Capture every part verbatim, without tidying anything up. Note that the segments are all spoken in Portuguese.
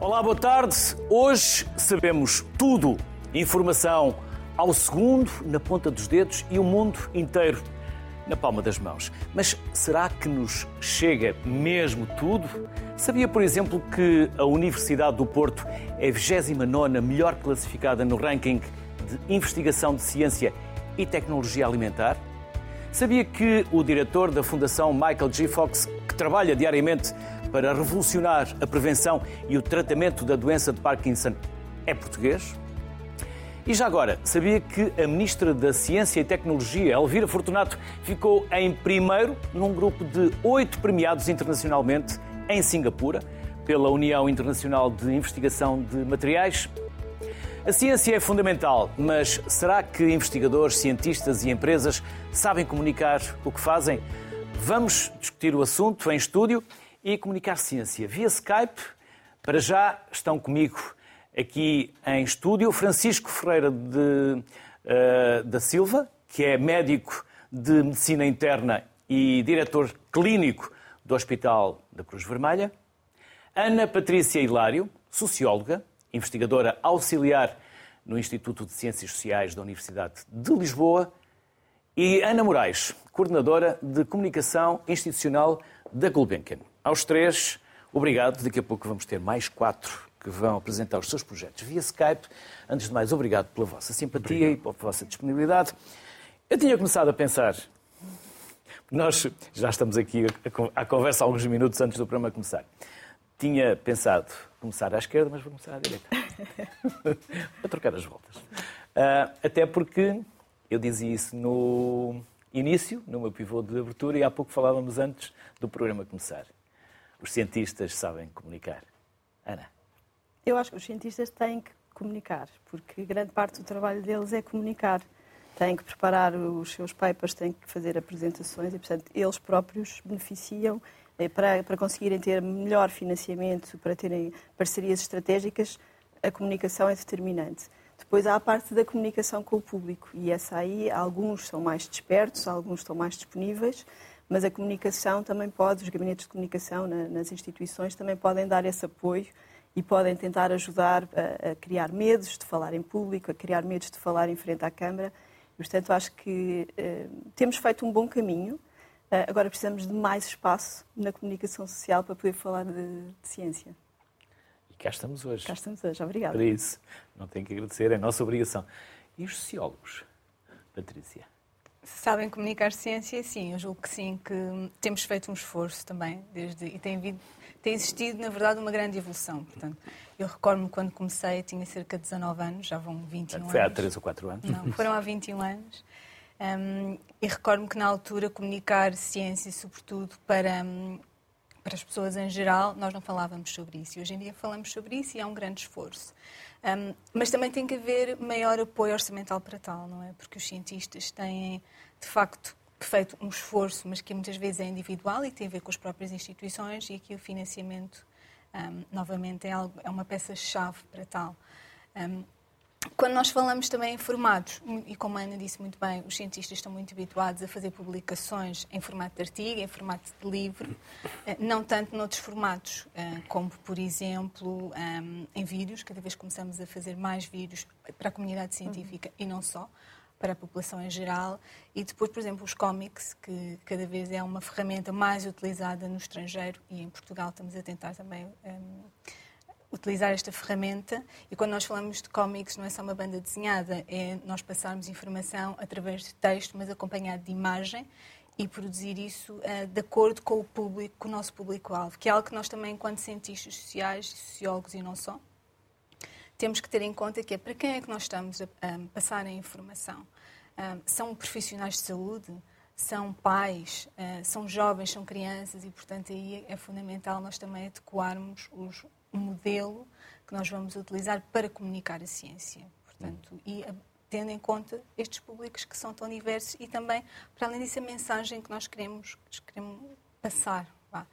Olá, boa tarde. Hoje sabemos tudo. Informação ao segundo, na ponta dos dedos e o mundo inteiro na palma das mãos. Mas será que nos chega mesmo tudo? Sabia, por exemplo, que a Universidade do Porto é a vigésima nona melhor classificada no ranking de investigação de ciência e tecnologia alimentar? Sabia que o diretor da Fundação Michael J. Fox, que trabalha diariamente para revolucionar a prevenção e o tratamento da doença de Parkinson, é português? E já agora, sabia que a Ministra da Ciência e Tecnologia, Elvira Fortunato, ficou em primeiro num grupo de oito premiados internacionalmente em Singapura, pela União Internacional de Investigação de Materiais? A ciência é fundamental, mas será que investigadores, cientistas e empresas sabem comunicar o que fazem? Vamos discutir o assunto em estúdio e comunicar ciência via Skype. Para já estão comigo aqui em estúdio Francisco Ferreira de, uh, da Silva, que é médico de Medicina Interna e diretor clínico do Hospital da Cruz Vermelha. Ana Patrícia Hilário, socióloga, investigadora auxiliar no Instituto de Ciências Sociais da Universidade de Lisboa. E Ana Moraes, coordenadora de comunicação institucional da Gulbenkian. Aos três, obrigado. Daqui a pouco vamos ter mais quatro que vão apresentar os seus projetos via Skype. Antes de mais, obrigado pela vossa simpatia obrigado. E pela vossa disponibilidade. Eu tinha começado a pensar, nós já estamos aqui à conversa há alguns minutos antes do programa começar. Tinha pensado começar à esquerda, mas vou começar à direita. Para trocar as voltas. Uh, até porque eu dizia isso no início, no meu pivô de abertura, e há pouco falávamos antes do programa começar. Os cientistas sabem comunicar. Ana? Eu acho que os cientistas têm que comunicar, porque grande parte do trabalho deles é comunicar. Têm que preparar os seus papers, têm que fazer apresentações e, portanto, eles próprios beneficiam para, para conseguirem ter melhor financiamento, para terem parcerias estratégicas. A comunicação é determinante. Depois há a parte da comunicação com o público e essa aí, alguns são mais despertos, alguns estão mais disponíveis, mas a comunicação também pode, os gabinetes de comunicação nas instituições também podem dar esse apoio e podem tentar ajudar a, a criar medos de falar em público, a criar medos de falar em frente à Câmara. E, portanto, acho que uh, temos feito um bom caminho. Uh, agora precisamos de mais espaço na comunicação social para poder falar de, de ciência. E cá estamos hoje. Cá estamos hoje. Obrigada. Para isso, não tenho que agradecer, é a nossa obrigação. E os sociólogos? Patrícia? Se sabem comunicar ciência, sim, eu julgo que sim, que temos feito um esforço também, desde, e tem, havido, tem existido, na verdade, uma grande evolução. Portanto, eu recordo-me quando comecei, tinha cerca de dezanove anos, já vão vinte e um anos. Foi há três ou quatro anos? Não, foram há vinte e um anos. Um, e recordo-me que, na altura, comunicar ciência, sobretudo para, um, para as pessoas em geral, nós não falávamos sobre isso. E hoje em dia falamos sobre isso e há um grande esforço. Um, mas também tem que haver maior apoio orçamental para tal, não é? Porque os cientistas têm, de facto, feito um esforço, mas que muitas vezes é individual e tem a ver com as próprias instituições, e aqui o financiamento, um, novamente, é, algo, é uma peça-chave para tal. Um, Quando nós falamos também em formatos, e como a Ana disse muito bem, os cientistas estão muito habituados a fazer publicações em formato de artigo, em formato de livro, não tanto noutros formatos, como, por exemplo, em vídeos. Cada vez começamos a fazer mais vídeos para a comunidade científica, uhum. e não só, para a população em geral. E depois, por exemplo, os cómics, que cada vez é uma ferramenta mais utilizada no estrangeiro, e em Portugal estamos a tentar também um, utilizar esta ferramenta. E quando nós falamos de cómics, não é só uma banda desenhada, é nós passarmos informação através de texto, mas acompanhado de imagem, e produzir isso uh, de acordo com o público, com o nosso público-alvo, que é algo que nós também, enquanto cientistas sociais, sociólogos e não só, temos que ter em conta, que é para quem é que nós estamos a, a passar a informação. Uh, são profissionais de saúde, são pais, uh, são jovens, são crianças, e, portanto, aí é fundamental nós também adequarmos os o modelo que nós vamos utilizar para comunicar a ciência. Portanto, e a, tendo em conta estes públicos que são tão diversos e também, para além disso, a mensagem que nós queremos, que queremos passar.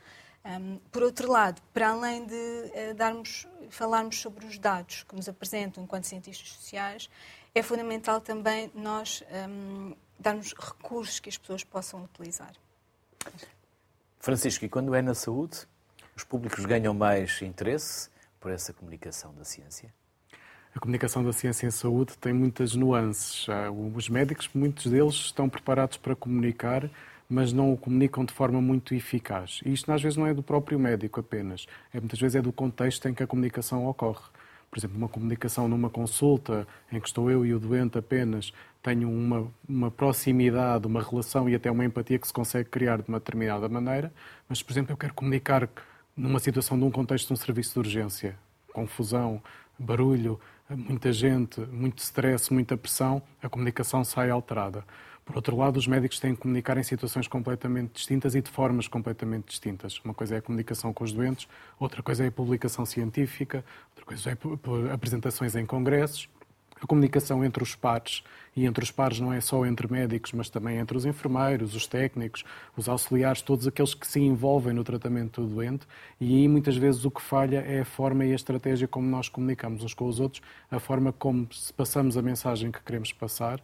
Um, por outro lado, para além de uh, darmos, falarmos sobre os dados que nos apresentam enquanto cientistas sociais, é fundamental também nós um, darmos recursos que as pessoas possam utilizar. Francisco, e quando é na saúde? Os públicos ganham mais interesse por essa comunicação da ciência? A comunicação da ciência em saúde tem muitas nuances. Os médicos, muitos deles, estão preparados para comunicar, mas não o comunicam de forma muito eficaz. E isto, às vezes, não é do próprio médico apenas. É, muitas vezes é do contexto em que a comunicação ocorre. Por exemplo, uma comunicação numa consulta em que estou eu e o doente apenas, tenho uma, uma proximidade, uma relação e até uma empatia que se consegue criar de uma determinada maneira, mas, por exemplo, eu quero comunicar numa situação de um contexto de um serviço de urgência, confusão, barulho, muita gente, muito stress, muita pressão, a comunicação sai alterada. Por outro lado, os médicos têm que comunicar em situações completamente distintas e de formas completamente distintas. Uma coisa é a comunicação com os doentes, outra coisa é a publicação científica, outra coisa é apresentações em congressos. A comunicação entre os pares, e entre os pares não é só entre médicos, mas também entre os enfermeiros, os técnicos, os auxiliares, todos aqueles que se envolvem no tratamento do doente, e aí muitas vezes o que falha é a forma e a estratégia como nós comunicamos uns com os outros, a forma como passamos a mensagem que queremos passar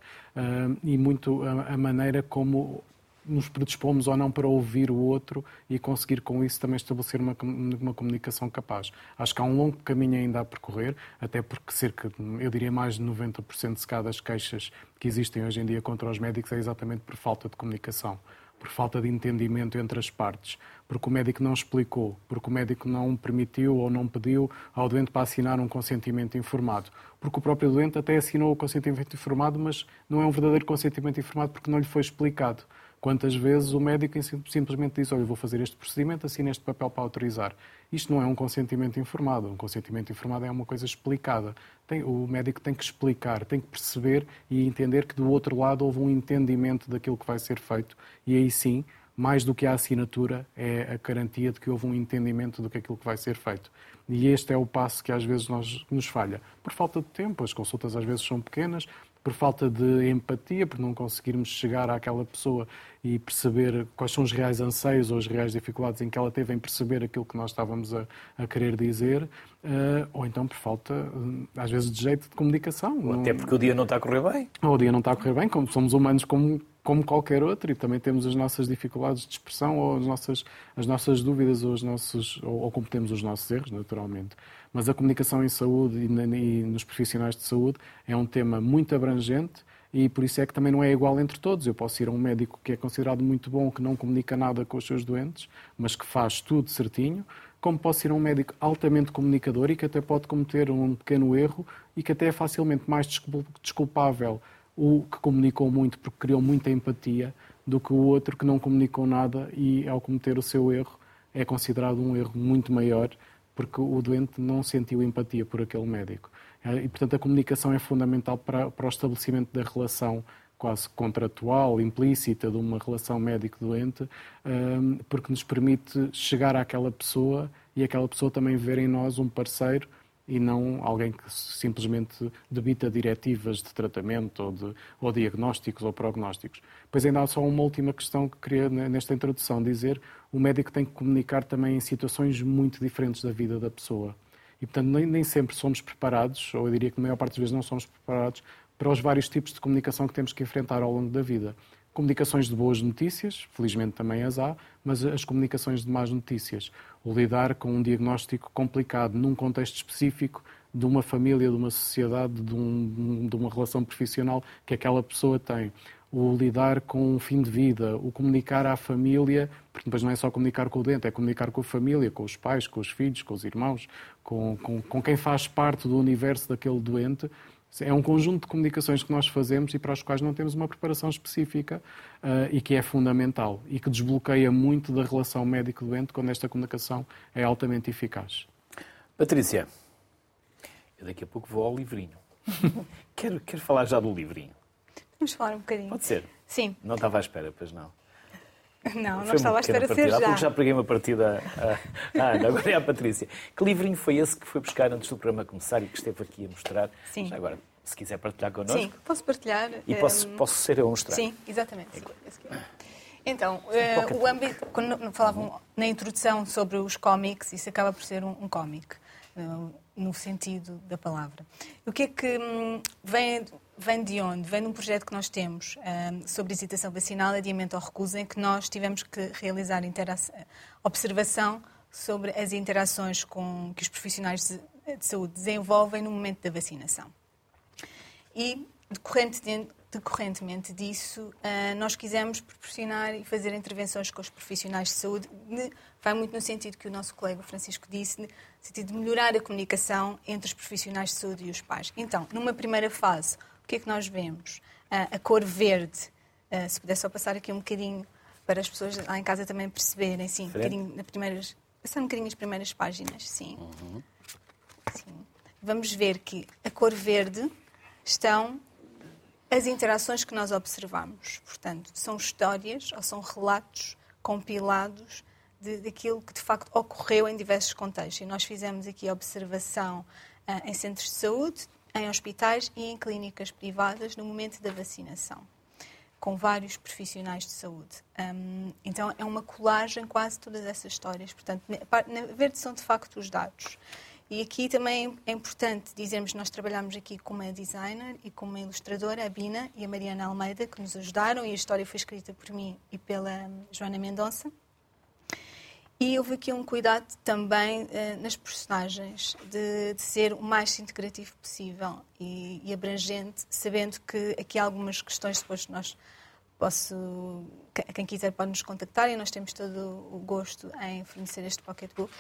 e muito a maneira como nos predispomos ou não para ouvir o outro e conseguir com isso também estabelecer uma, uma comunicação capaz. Acho que há um longo caminho ainda a percorrer, até porque cerca de, eu diria mais de noventa por cento de cada das queixas que existem hoje em dia contra os médicos é exatamente por falta de comunicação, por falta de entendimento entre as partes, porque o médico não explicou, porque o médico não permitiu ou não pediu ao doente para assinar um consentimento informado, porque o próprio doente até assinou o consentimento informado, mas não é um verdadeiro consentimento informado porque não lhe foi explicado. Quantas vezes o médico simplesmente diz, olha, vou fazer este procedimento, assina este papel para autorizar. Isto não é um consentimento informado. Um consentimento informado é uma coisa explicada. Tem, o médico tem que explicar, tem que perceber e entender que do outro lado houve um entendimento daquilo que vai ser feito. E aí sim, mais do que a assinatura, é a garantia de que houve um entendimento do que aquilo que vai ser feito. E este é o passo que às vezes nós, nos falha. Por falta de tempo, as consultas às vezes são pequenas, por falta de empatia, por não conseguirmos chegar àquela pessoa e perceber quais são os reais anseios ou as reais dificuldades em que ela teve em perceber aquilo que nós estávamos a, a querer dizer, uh, ou então por falta, uh, às vezes, de jeito de comunicação. Ou até porque o dia não está a correr bem. Ou o dia não está a correr bem, como somos humanos como, como qualquer outro, e também temos as nossas dificuldades de expressão ou as nossas, as nossas dúvidas ou, os nossos, ou, ou cometemos os nossos erros, naturalmente. Mas a comunicação em saúde e, na, e nos profissionais de saúde é um tema muito abrangente e por isso é que também não é igual entre todos. Eu posso ir a um médico que é considerado muito bom, que não comunica nada com os seus doentes, mas que faz tudo certinho, como posso ir a um médico altamente comunicador e que até pode cometer um pequeno erro e que até é facilmente mais desculpável o que comunicou muito porque criou muita empatia do que o outro que não comunicou nada e ao cometer o seu erro é considerado um erro muito maior porque o doente não sentiu empatia por aquele médico. E, portanto, a comunicação é fundamental para, para o estabelecimento da relação quase contratual, implícita, de uma relação médico-doente, porque nos permite chegar àquela pessoa e aquela pessoa também ver em nós um parceiro e não alguém que simplesmente debita diretivas de tratamento ou, de, ou diagnósticos ou prognósticos. Pois ainda há só uma última questão que queria, nesta introdução, dizer: o médico tem que comunicar também em situações muito diferentes da vida da pessoa. E, portanto, nem, nem sempre somos preparados, ou eu diria que na maior parte das vezes não somos preparados, para os vários tipos de comunicação que temos que enfrentar ao longo da vida. Comunicações de boas notícias, felizmente também as há, mas as comunicações de más notícias. O lidar com um diagnóstico complicado num contexto específico de uma família, de uma sociedade, de, um, de uma relação profissional que aquela pessoa tem. O lidar com um fim de vida, o comunicar à família, porque depois não é só comunicar com o doente, é comunicar com a família, com os pais, com os filhos, com os irmãos, com, com, com quem faz parte do universo daquele doente. É um conjunto de comunicações que nós fazemos e para as quais não temos uma preparação específica uh, e que é fundamental e que desbloqueia muito da relação médico-doente quando esta comunicação é altamente eficaz. Patrícia, eu daqui a pouco vou ao livrinho. quero, quero falar já do livrinho. Vamos falar um bocadinho. Pode ser? Sim. Não estava à espera, pois não? Não, Foi não estava à espera de ser já. Porque já preguei uma partida à Ana, agora é à Patrícia. Que livrinho foi esse que foi buscar antes do programa começar e que esteve aqui a mostrar? Sim. Já agora, se quiser partilhar connosco. Sim, posso partilhar. E posso, um... posso ser eu a mostrar? Sim, exatamente. Sim. Então, uh, o âmbito, quando falavam na introdução sobre os cómics, isso acaba por ser um, um cómic, uh, no sentido da palavra. O que é que um, vem... Vem de onde? Vem de um projeto que nós temos um, sobre hesitação vacinal, adiamento ou recusa, em que nós tivemos que realizar intera- observação sobre as interações com, que os profissionais de, de saúde desenvolvem no momento da vacinação. E, decorrentemente disso, nós quisemos proporcionar e fazer intervenções com os profissionais de saúde. Vai muito no sentido que o nosso colega Francisco disse, no sentido de melhorar a comunicação entre os profissionais de saúde e os pais. Então, numa primeira fase, o que é que nós vemos? A cor verde, se puder só passar aqui um bocadinho para as pessoas lá em casa também perceberem, sim, um bocadinho na primeiras, passar um bocadinho as primeiras páginas, sim. Uhum. Sim. Vamos ver que a cor verde estão as interações que nós observamos. Portanto, são histórias ou são relatos compilados de, daquilo que de facto ocorreu em diversos contextos. E nós fizemos aqui a observação uh, em centros de saúde, em hospitais e em clínicas privadas no momento da vacinação, com vários profissionais de saúde. Um, então, é uma colagem quase todas essas histórias. Portanto, na verde são de facto os dados. E aqui também é importante dizermos que nós trabalhamos aqui com uma designer e com uma ilustradora, a Bina e a Mariana Almeida, que nos ajudaram, e a história foi escrita por mim e pela Joana Mendonça. E houve aqui um cuidado também uh, nas personagens, de, de ser o mais integrativo possível e, e abrangente, sabendo que aqui há algumas questões depois que nós posso, quem quiser pode nos contactar, e nós temos todo o gosto em fornecer este pocketbook.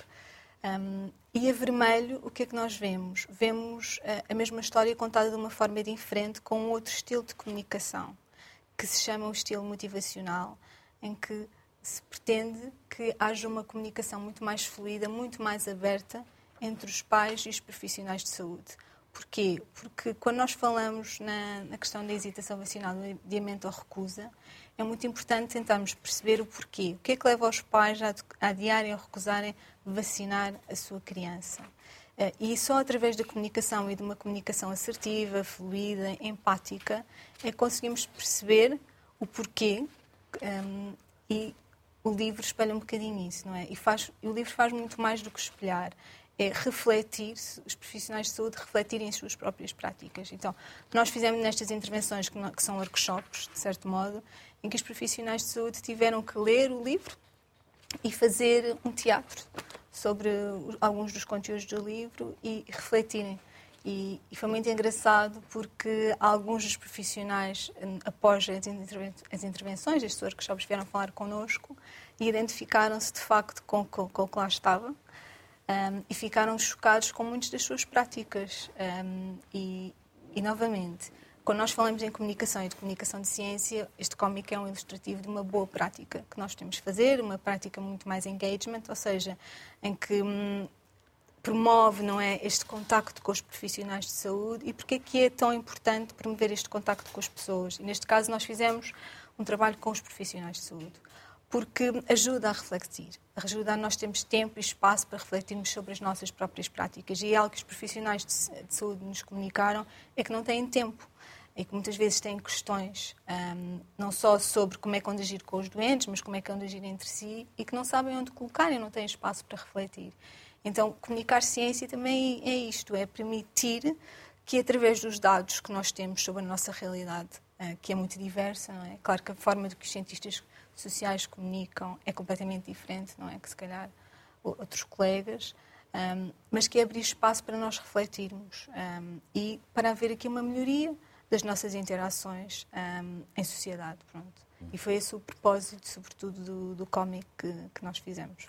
Um, e a vermelho, o que é que nós vemos? Vemos uh, a mesma história contada de uma forma diferente, com outro estilo de comunicação, que se chama o estilo motivacional, em que se pretende que haja uma comunicação muito mais fluida, muito mais aberta entre os pais e os profissionais de saúde. Porquê? Porque quando nós falamos na, na questão da hesitação vacinal, do adiamento ou recusa, é muito importante tentarmos perceber o porquê. O que é que leva os pais a adiarem ou recusarem vacinar a sua criança? E só através da comunicação e de uma comunicação assertiva, fluida, empática, é que conseguimos perceber o porquê. Um, e o livro espelha um bocadinho isso, não é? E faz, o livro faz muito mais do que espelhar. É refletir, os profissionais de saúde refletirem as suas próprias práticas. Então, o que nós fizemos nestas intervenções, que, não, que são workshops, de certo modo, em que os profissionais de saúde tiveram que ler o livro e fazer um teatro sobre alguns dos conteúdos do livro e refletirem. E, e foi muito engraçado porque alguns dos profissionais, após as, interven as intervenções, estes workshops vieram falar connosco e identificaram-se de facto com, com, com o que lá estava. Um, e ficaram chocados com muitas das suas práticas. Um, e, e, novamente, quando nós falamos em comunicação e de comunicação de ciência, este cómic é um ilustrativo de uma boa prática que nós temos de fazer, uma prática muito mais engagement, ou seja, em que hum, promove, não é, este contacto com os profissionais de saúde. E porque é que é tão importante promover este contacto com as pessoas? E neste caso nós fizemos um trabalho com os profissionais de saúde, porque ajuda a refletir, ajuda a nós termos tempo e espaço para refletirmos sobre as nossas próprias práticas. E é algo que os profissionais de saúde nos comunicaram, é que não têm tempo e que muitas vezes têm questões, um, não só sobre como é que onde agir com os doentes, mas como é que onde agir entre si, e que não sabem onde colocar e não têm espaço para refletir. Então, comunicar ciência também é isto, é permitir que, através dos dados que nós temos sobre a nossa realidade, uh, que é muito diversa, não é? Claro que a forma de que os cientistas sociais comunicam é completamente diferente, não é? Que se calhar outros colegas, um, mas que é abrir espaço para nós refletirmos um, e para haver aqui uma melhoria das nossas interações um, em sociedade. Pronto. E foi esse o propósito, sobretudo, do, do cómic que, que nós fizemos.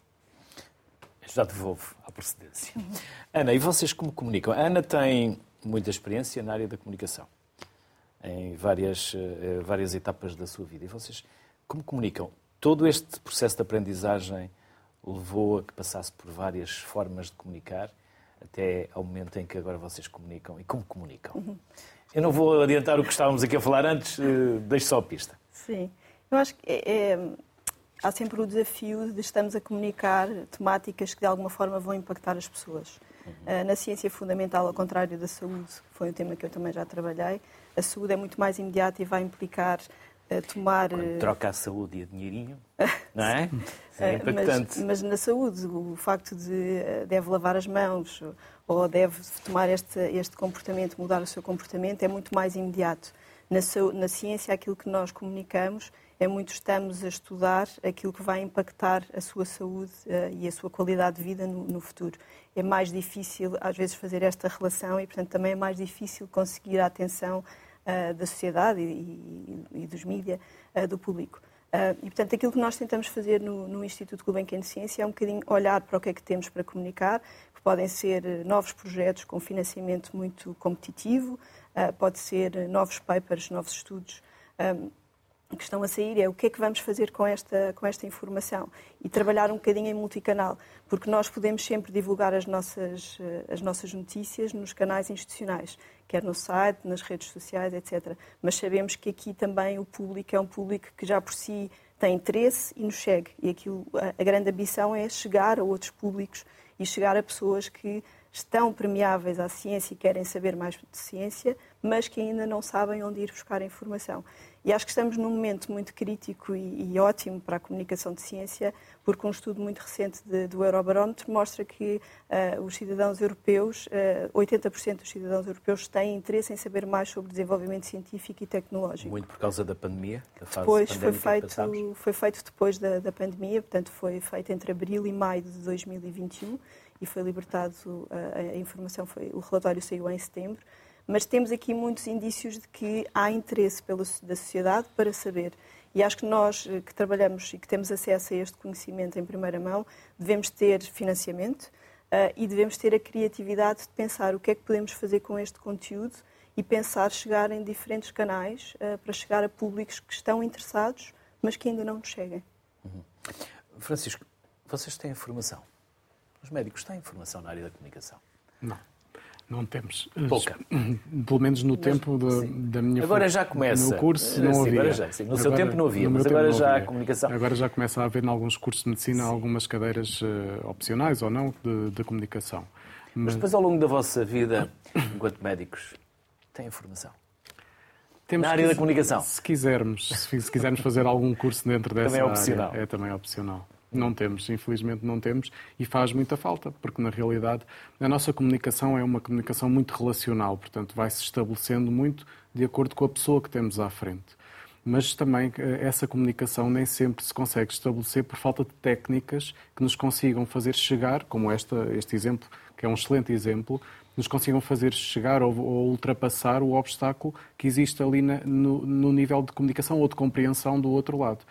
Já devolvo à procedência. Ana, e vocês como comunicam? A Ana tem muita experiência na área da comunicação, em várias, uh, várias etapas da sua vida. E vocês como comunicam? Todo este processo de aprendizagem levou a que passasse por várias formas de comunicar, até ao momento em que agora vocês comunicam. E como comunicam? Uhum. Eu não vou adiantar o que estávamos aqui a falar antes, deixo só a pista. Sim, eu acho que é, é, há sempre o desafio de estamos a comunicar temáticas que de alguma forma vão impactar as pessoas. Uhum. Na ciência fundamental, ao contrário da saúde, que foi um tema que eu também já trabalhei, a saúde é muito mais imediata e vai implicar tomar... Quando troca a saúde e a dinheirinho, não é? É impactante. Mas, mas na saúde, o facto de deve lavar as mãos ou deve tomar este, este comportamento, mudar o seu comportamento, é muito mais imediato. Na, na ciência, aquilo que nós comunicamos é muito estamos a estudar aquilo que vai impactar a sua saúde uh, e a sua qualidade de vida no, no futuro. É mais difícil, às vezes, fazer esta relação e, portanto, também é mais difícil conseguir a atenção uh, da sociedade e, e, e dos mídias, uh, do público. Uh, e, portanto, aquilo que nós tentamos fazer no, no Instituto Gulbenkian de Ciência é um bocadinho olhar para o que é que temos para comunicar, que podem ser novos projetos com financiamento muito competitivo, uh, pode ser novos papers, novos estudos um, que estão a sair, é o que é que vamos fazer com esta, com esta informação e trabalhar um bocadinho em multicanal, porque nós podemos sempre divulgar as nossas, as nossas notícias nos canais institucionais, quer no site, nas redes sociais, etcétera. Mas sabemos que aqui também o público é um público que já por si tem interesse e nos segue. E aquilo, a grande ambição é chegar a outros públicos e chegar a pessoas que estão permeáveis à ciência e querem saber mais de ciência, mas que ainda não sabem onde ir buscar a informação. E acho que estamos num momento muito crítico e, e ótimo para a comunicação de ciência, porque um estudo muito recente de, do Eurobarómetro mostra que uh, os cidadãos europeus, uh, oitenta por cento dos cidadãos europeus têm interesse em saber mais sobre desenvolvimento científico e tecnológico. Muito por causa da pandemia, da fase depois pandémica foi feito, que passámos. foi feito depois da, da pandemia, portanto foi feito entre abril e maio de dois mil e vinte e um e foi libertado, uh, a informação, foi, o relatório saiu em setembro. Mas temos aqui muitos indícios de que há interesse pela, da sociedade para saber. E acho que nós que trabalhamos e que temos acesso a este conhecimento em primeira mão, devemos ter financiamento uh, e devemos ter a criatividade de pensar o que é que podemos fazer com este conteúdo e pensar chegar em diferentes canais uh, para chegar a públicos que estão interessados, mas que ainda não nos cheguem. Uhum. Francisco, vocês têm informação? Os médicos têm informação na área da comunicação? Não. Não temos. Pouca. Pelo menos no mas, tempo da, da minha Agora já começa. No curso não sim, havia. Agora já, sim. No agora, seu tempo não havia, mas agora já há comunicação. Agora já começa a haver em alguns cursos de medicina sim. algumas cadeiras uh, opcionais ou não de, de comunicação. Mas... mas depois ao longo da vossa vida, enquanto médicos, têm formação? Temos na área que, da comunicação? Se quisermos, se, se quisermos fazer algum curso dentro dessa também é opcional. área, é também opcional. Não temos, infelizmente não temos, e faz muita falta, porque na realidade a nossa comunicação é uma comunicação muito relacional, portanto vai-se estabelecendo muito de acordo com a pessoa que temos à frente. Mas também essa comunicação nem sempre se consegue estabelecer por falta de técnicas que nos consigam fazer chegar, como esta, este exemplo, que é um excelente exemplo, nos consigam fazer chegar ou, ou ultrapassar o obstáculo que existe ali na, no, no nível de comunicação ou de compreensão do outro lado.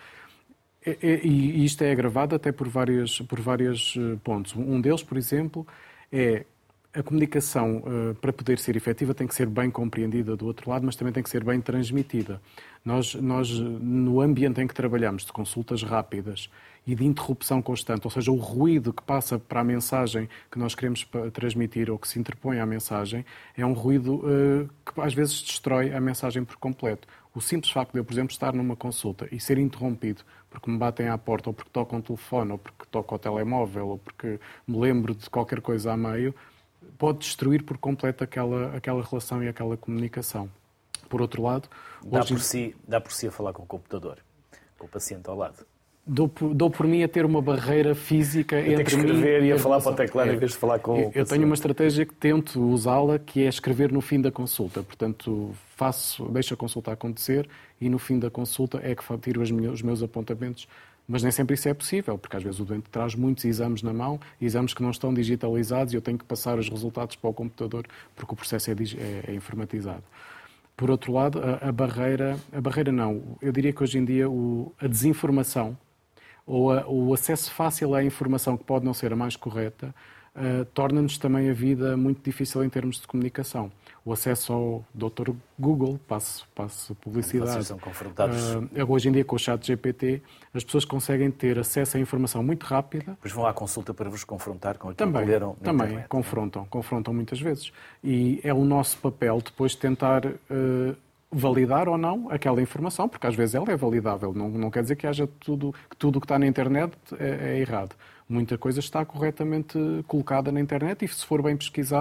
E isto é agravado até por vários, por vários pontos. Um deles, por exemplo, é a comunicação, para poder ser efetiva, tem que ser bem compreendida do outro lado, mas também tem que ser bem transmitida. Nós, nós no ambiente em que trabalhamos, de consultas rápidas e de interrupção constante, ou seja, o ruído que passa para a mensagem que nós queremos transmitir ou que se interpõe à mensagem, é um ruído uh, que às vezes destrói a mensagem por completo. O simples facto de eu, por exemplo, estar numa consulta e ser interrompido porque me batem à porta, ou porque tocam o telefone, ou porque toco o telemóvel, ou porque me lembro de qualquer coisa a meio, pode destruir por completo aquela, aquela relação e aquela comunicação. Por outro lado... Dá, hoje... por si, dá por si a falar com o computador, com o paciente ao lado. Dou por, dou por mim a ter uma barreira física eu entre tenho que escrever mim e a falar para o teclado é, em vez de falar com eu, o eu tenho uma estratégia que tento usá-la, que é escrever no fim da consulta. Portanto, faço, deixo a consulta acontecer e no fim da consulta é que tiro os meus, os meus apontamentos. Mas nem sempre isso é possível, porque às vezes o doente traz muitos exames na mão, exames que não estão digitalizados e eu tenho que passar os resultados para o computador porque o processo é, é, é informatizado. Por outro lado, a, a barreira... A barreira não. Eu diria que hoje em dia o, a desinformação ou a, o acesso fácil à informação que pode não ser a mais correta uh, torna-nos também a vida muito difícil em termos de comunicação. O acesso ao doutor Google, passo, passo publicidade. Vocês são confrontados... Uh, hoje em dia, com o chat G P T, as pessoas conseguem ter acesso à informação muito rápida. Pois vão à consulta para vos confrontar com aquilo também, que leram na Também, internet, confrontam, confrontam muitas vezes. E é o nosso papel depois tentar uh, validar ou não aquela informação, porque às vezes ela é validável. Não, não quer dizer que haja tudo, que tudo o que está na internet é, é errado. Muita coisa está corretamente colocada na internet e, se for bem pesquisada,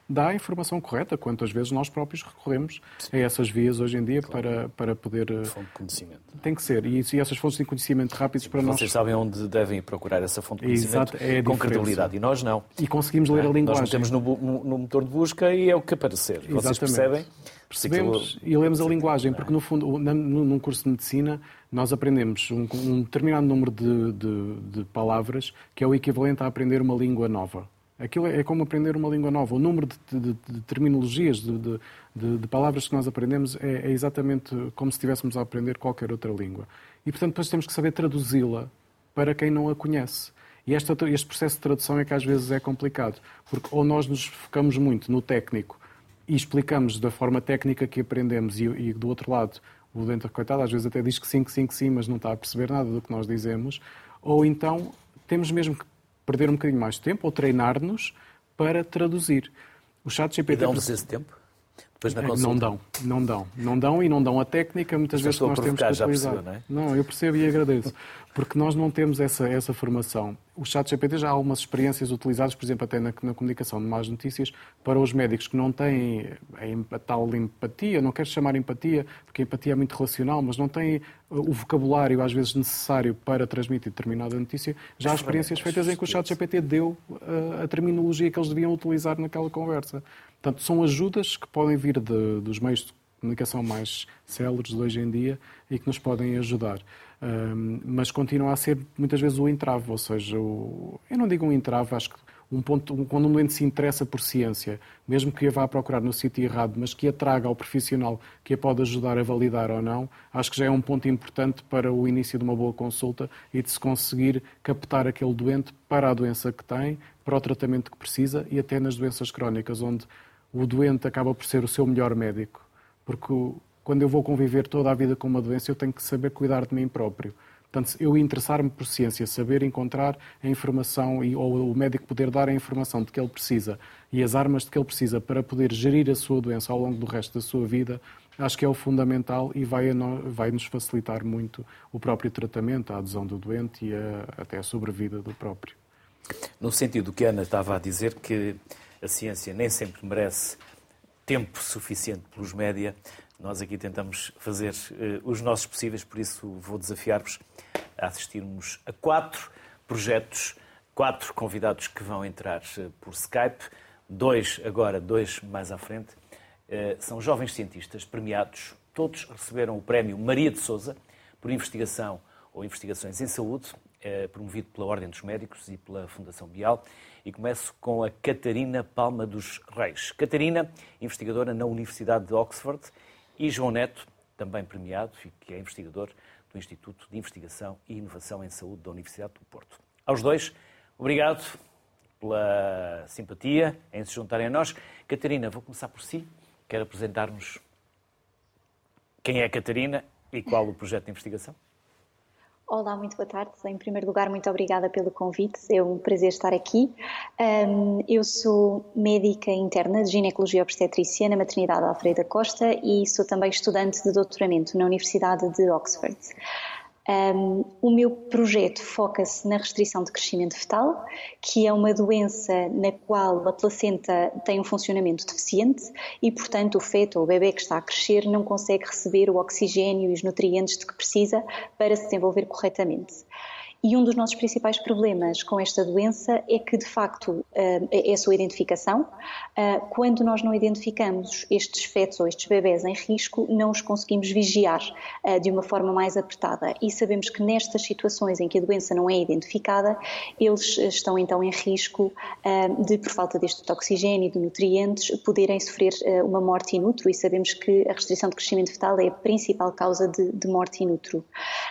dá a informação correta, quantas vezes nós próprios recorremos Sim. a essas vias hoje em dia claro. para, para poder... Fonte de conhecimento. Tem que ser. E, e essas fontes de conhecimento rápidos para Vocês nós... Vocês sabem onde devem procurar essa fonte de conhecimento Exato, é com credibilidade. E nós não. E conseguimos ler não é? a linguagem. Nós metemos no, no, no motor de busca e é o que aparecer. Exatamente. Vocês percebem? Percebemos e lemos a linguagem, porque no fundo, num curso de medicina, nós aprendemos um, um determinado número de, de, de palavras que é o equivalente a aprender uma língua nova. Aquilo é como aprender uma língua nova. O número de, de, de terminologias, de, de, de, de palavras que nós aprendemos é, é exatamente como se estivéssemos a aprender qualquer outra língua. E, portanto, depois temos que saber traduzi-la para quem não a conhece. E este, este processo de tradução é que às vezes é complicado, porque ou nós nos focamos muito no técnico e explicamos da forma técnica que aprendemos e, e do outro lado, o doente, coitado, às vezes até diz que sim, que sim, que sim, mas não está a perceber nada do que nós dizemos, ou então temos mesmo que perder um bocadinho mais de tempo ou treinar-nos para traduzir. O chat G P T... E dão-vos esse tempo? Depois na consulta? Não dão, não dão. Não dão e não dão a técnica, muitas vezes que nós temos que utilizar. Percebo, não é? Não, eu percebo e agradeço. Porque nós não temos essa, essa formação. O chat G P T já há algumas experiências utilizadas, por exemplo, até na, na comunicação de más notícias, para os médicos que não têm a, a tal empatia, não quero chamar empatia, porque a empatia é muito relacional, mas não têm o vocabulário, às vezes, necessário para transmitir determinada notícia. Já há experiências feitas em que o chat G P T deu a, a terminologia que eles deviam utilizar naquela conversa. Portanto, são ajudas que podem vir de, dos meios de comunicação mais céleres de hoje em dia e que nos podem ajudar. Um, mas continua a ser, muitas vezes, o entrave. Ou seja, o, eu não digo um entrave, acho que um ponto, quando um doente se interessa por ciência, mesmo que a vá procurar no sítio errado, mas que a traga ao profissional que a pode ajudar a validar ou não, acho que já é um ponto importante para o início de uma boa consulta e de se conseguir captar aquele doente para a doença que tem, para o tratamento que precisa e até nas doenças crónicas, onde o doente acaba por ser o seu melhor médico. Porque quando eu vou conviver toda a vida com uma doença, eu tenho que saber cuidar de mim próprio. Portanto, eu interessar-me por ciência, saber encontrar a informação e, ou o médico poder dar a informação de que ele precisa e as armas de que ele precisa para poder gerir a sua doença ao longo do resto da sua vida, acho que é o fundamental e vai, a no, vai nos facilitar muito o próprio tratamento, a adesão do doente e a, até a sobrevida do próprio. No sentido que a Ana estava a dizer, que a ciência nem sempre merece tempo suficiente pelos média, nós aqui tentamos fazer uh, os nossos possíveis, por isso vou desafiar-vos a assistirmos a quatro projetos, quatro convidados que vão entrar uh, por Skype, dois agora, dois mais à frente. Uh, são jovens cientistas premiados, todos receberam o prémio Maria de Sousa por investigação ou investigações em saúde, uh, promovido pela Ordem dos Médicos e pela Fundação Bial. E começo com a Catarina Palma dos Reis. Catarina, investigadora na Universidade de Oxford, e João Neto, também premiado, que é investigador do Instituto de Investigação e Inovação em Saúde da Universidade do Porto. Aos dois, obrigado pela simpatia em se juntarem a nós. Catarina, vou começar por si. Quer apresentar-nos quem é a Catarina e qual o projeto de investigação? Olá, muito boa tarde. Em primeiro lugar, muito obrigada pelo convite. É um prazer estar aqui. Um, eu sou médica interna de ginecologia obstetrícia na maternidade Alfredo da Costa e sou também estudante de doutoramento na Universidade de Oxford. Um, o meu projeto foca-se na restrição de crescimento fetal, que é uma doença na qual a placenta tem um funcionamento deficiente e, portanto, o feto ou o bebê que está a crescer não consegue receber o oxigênio e os nutrientes de que precisa para se desenvolver corretamente. E um dos nossos principais problemas com esta doença é que, de facto, é a sua identificação. Quando nós não identificamos estes fetos ou estes bebés em risco, não os conseguimos vigiar de uma forma mais apertada. E sabemos que nestas situações em que a doença não é identificada, eles estão então em risco de, por falta deste oxigênio e de nutrientes, poderem sofrer uma morte in utero. E sabemos que a restrição de crescimento fetal é a principal causa de, de morte in utero.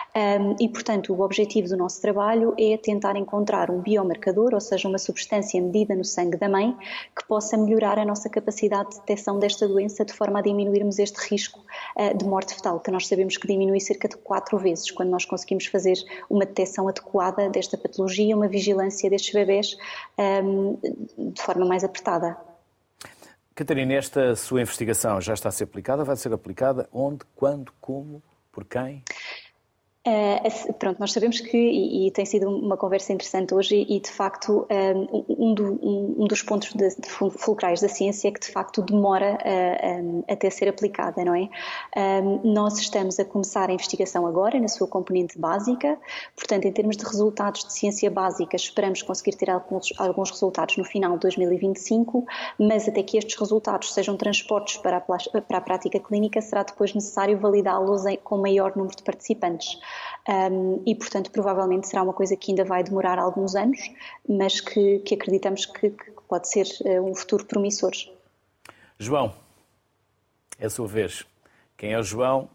E, portanto, o objetivo do nosso trabalho é tentar encontrar um biomarcador, ou seja, uma substância medida no sangue da mãe, que possa melhorar a nossa capacidade de detecção desta doença de forma a diminuirmos este risco uh, de morte fetal, que nós sabemos que diminui cerca de quatro vezes quando nós conseguimos fazer uma detecção adequada desta patologia, uma vigilância destes bebés um, de forma mais apertada. Catarina, esta sua investigação já está a ser aplicada? Vai ser aplicada onde, quando, como, por quem? Uh, pronto, nós sabemos que, e, e tem sido uma conversa interessante hoje, e, e de facto um, um, do, um, um dos pontos de, de fulcrais da ciência é que de facto demora uh, um, até ser aplicada, não é? Um, nós estamos a começar a investigação agora na sua componente básica, portanto em termos de resultados de ciência básica esperamos conseguir ter alguns, alguns resultados no final de dois mil e vinte e cinco, mas até que estes resultados sejam transportes para a, para a prática clínica será depois necessário validá-los com maior número de participantes. Um, e, portanto, provavelmente será uma coisa que ainda vai demorar alguns anos, mas que, que acreditamos que, que pode ser uh, um futuro promissor. João, é a sua vez. Quem é o João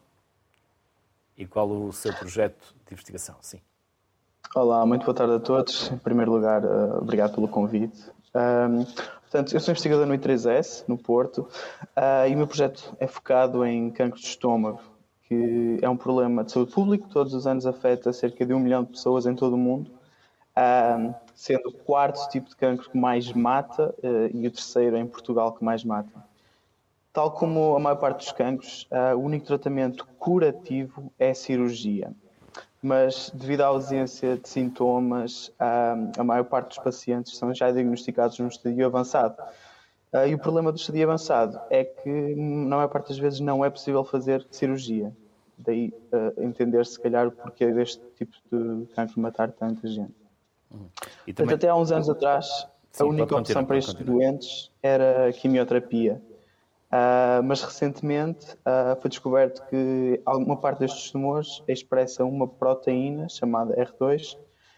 e qual o seu projeto de investigação? Sim. Olá, muito boa tarde a todos. Em primeiro lugar, uh, obrigado pelo convite. Um, portanto, eu sou investigador no I três S, no Porto, uh, e o meu projeto é focado em cancro de estômago, que é um problema de saúde pública, todos os anos afeta cerca de um milhão de pessoas em todo o mundo, sendo o quarto tipo de cancro que mais mata e o terceiro em Portugal que mais mata. Tal como a maior parte dos cancros, o único tratamento curativo é a cirurgia, mas devido à ausência de sintomas, a maior parte dos pacientes são já diagnosticados num estadio avançado. Uh, e o problema do estadio avançado é que, na maior parte das vezes, não é possível fazer cirurgia. Daí uh, entender, se calhar, o porquê deste tipo de cancro matar tanta gente. Uhum. E também... Portanto, até há uns anos atrás, Sim, a única opção para estes continuar. doentes era a quimioterapia. Uh, mas, recentemente, uh, foi descoberto que alguma parte destes tumores expressa uma proteína chamada R dois,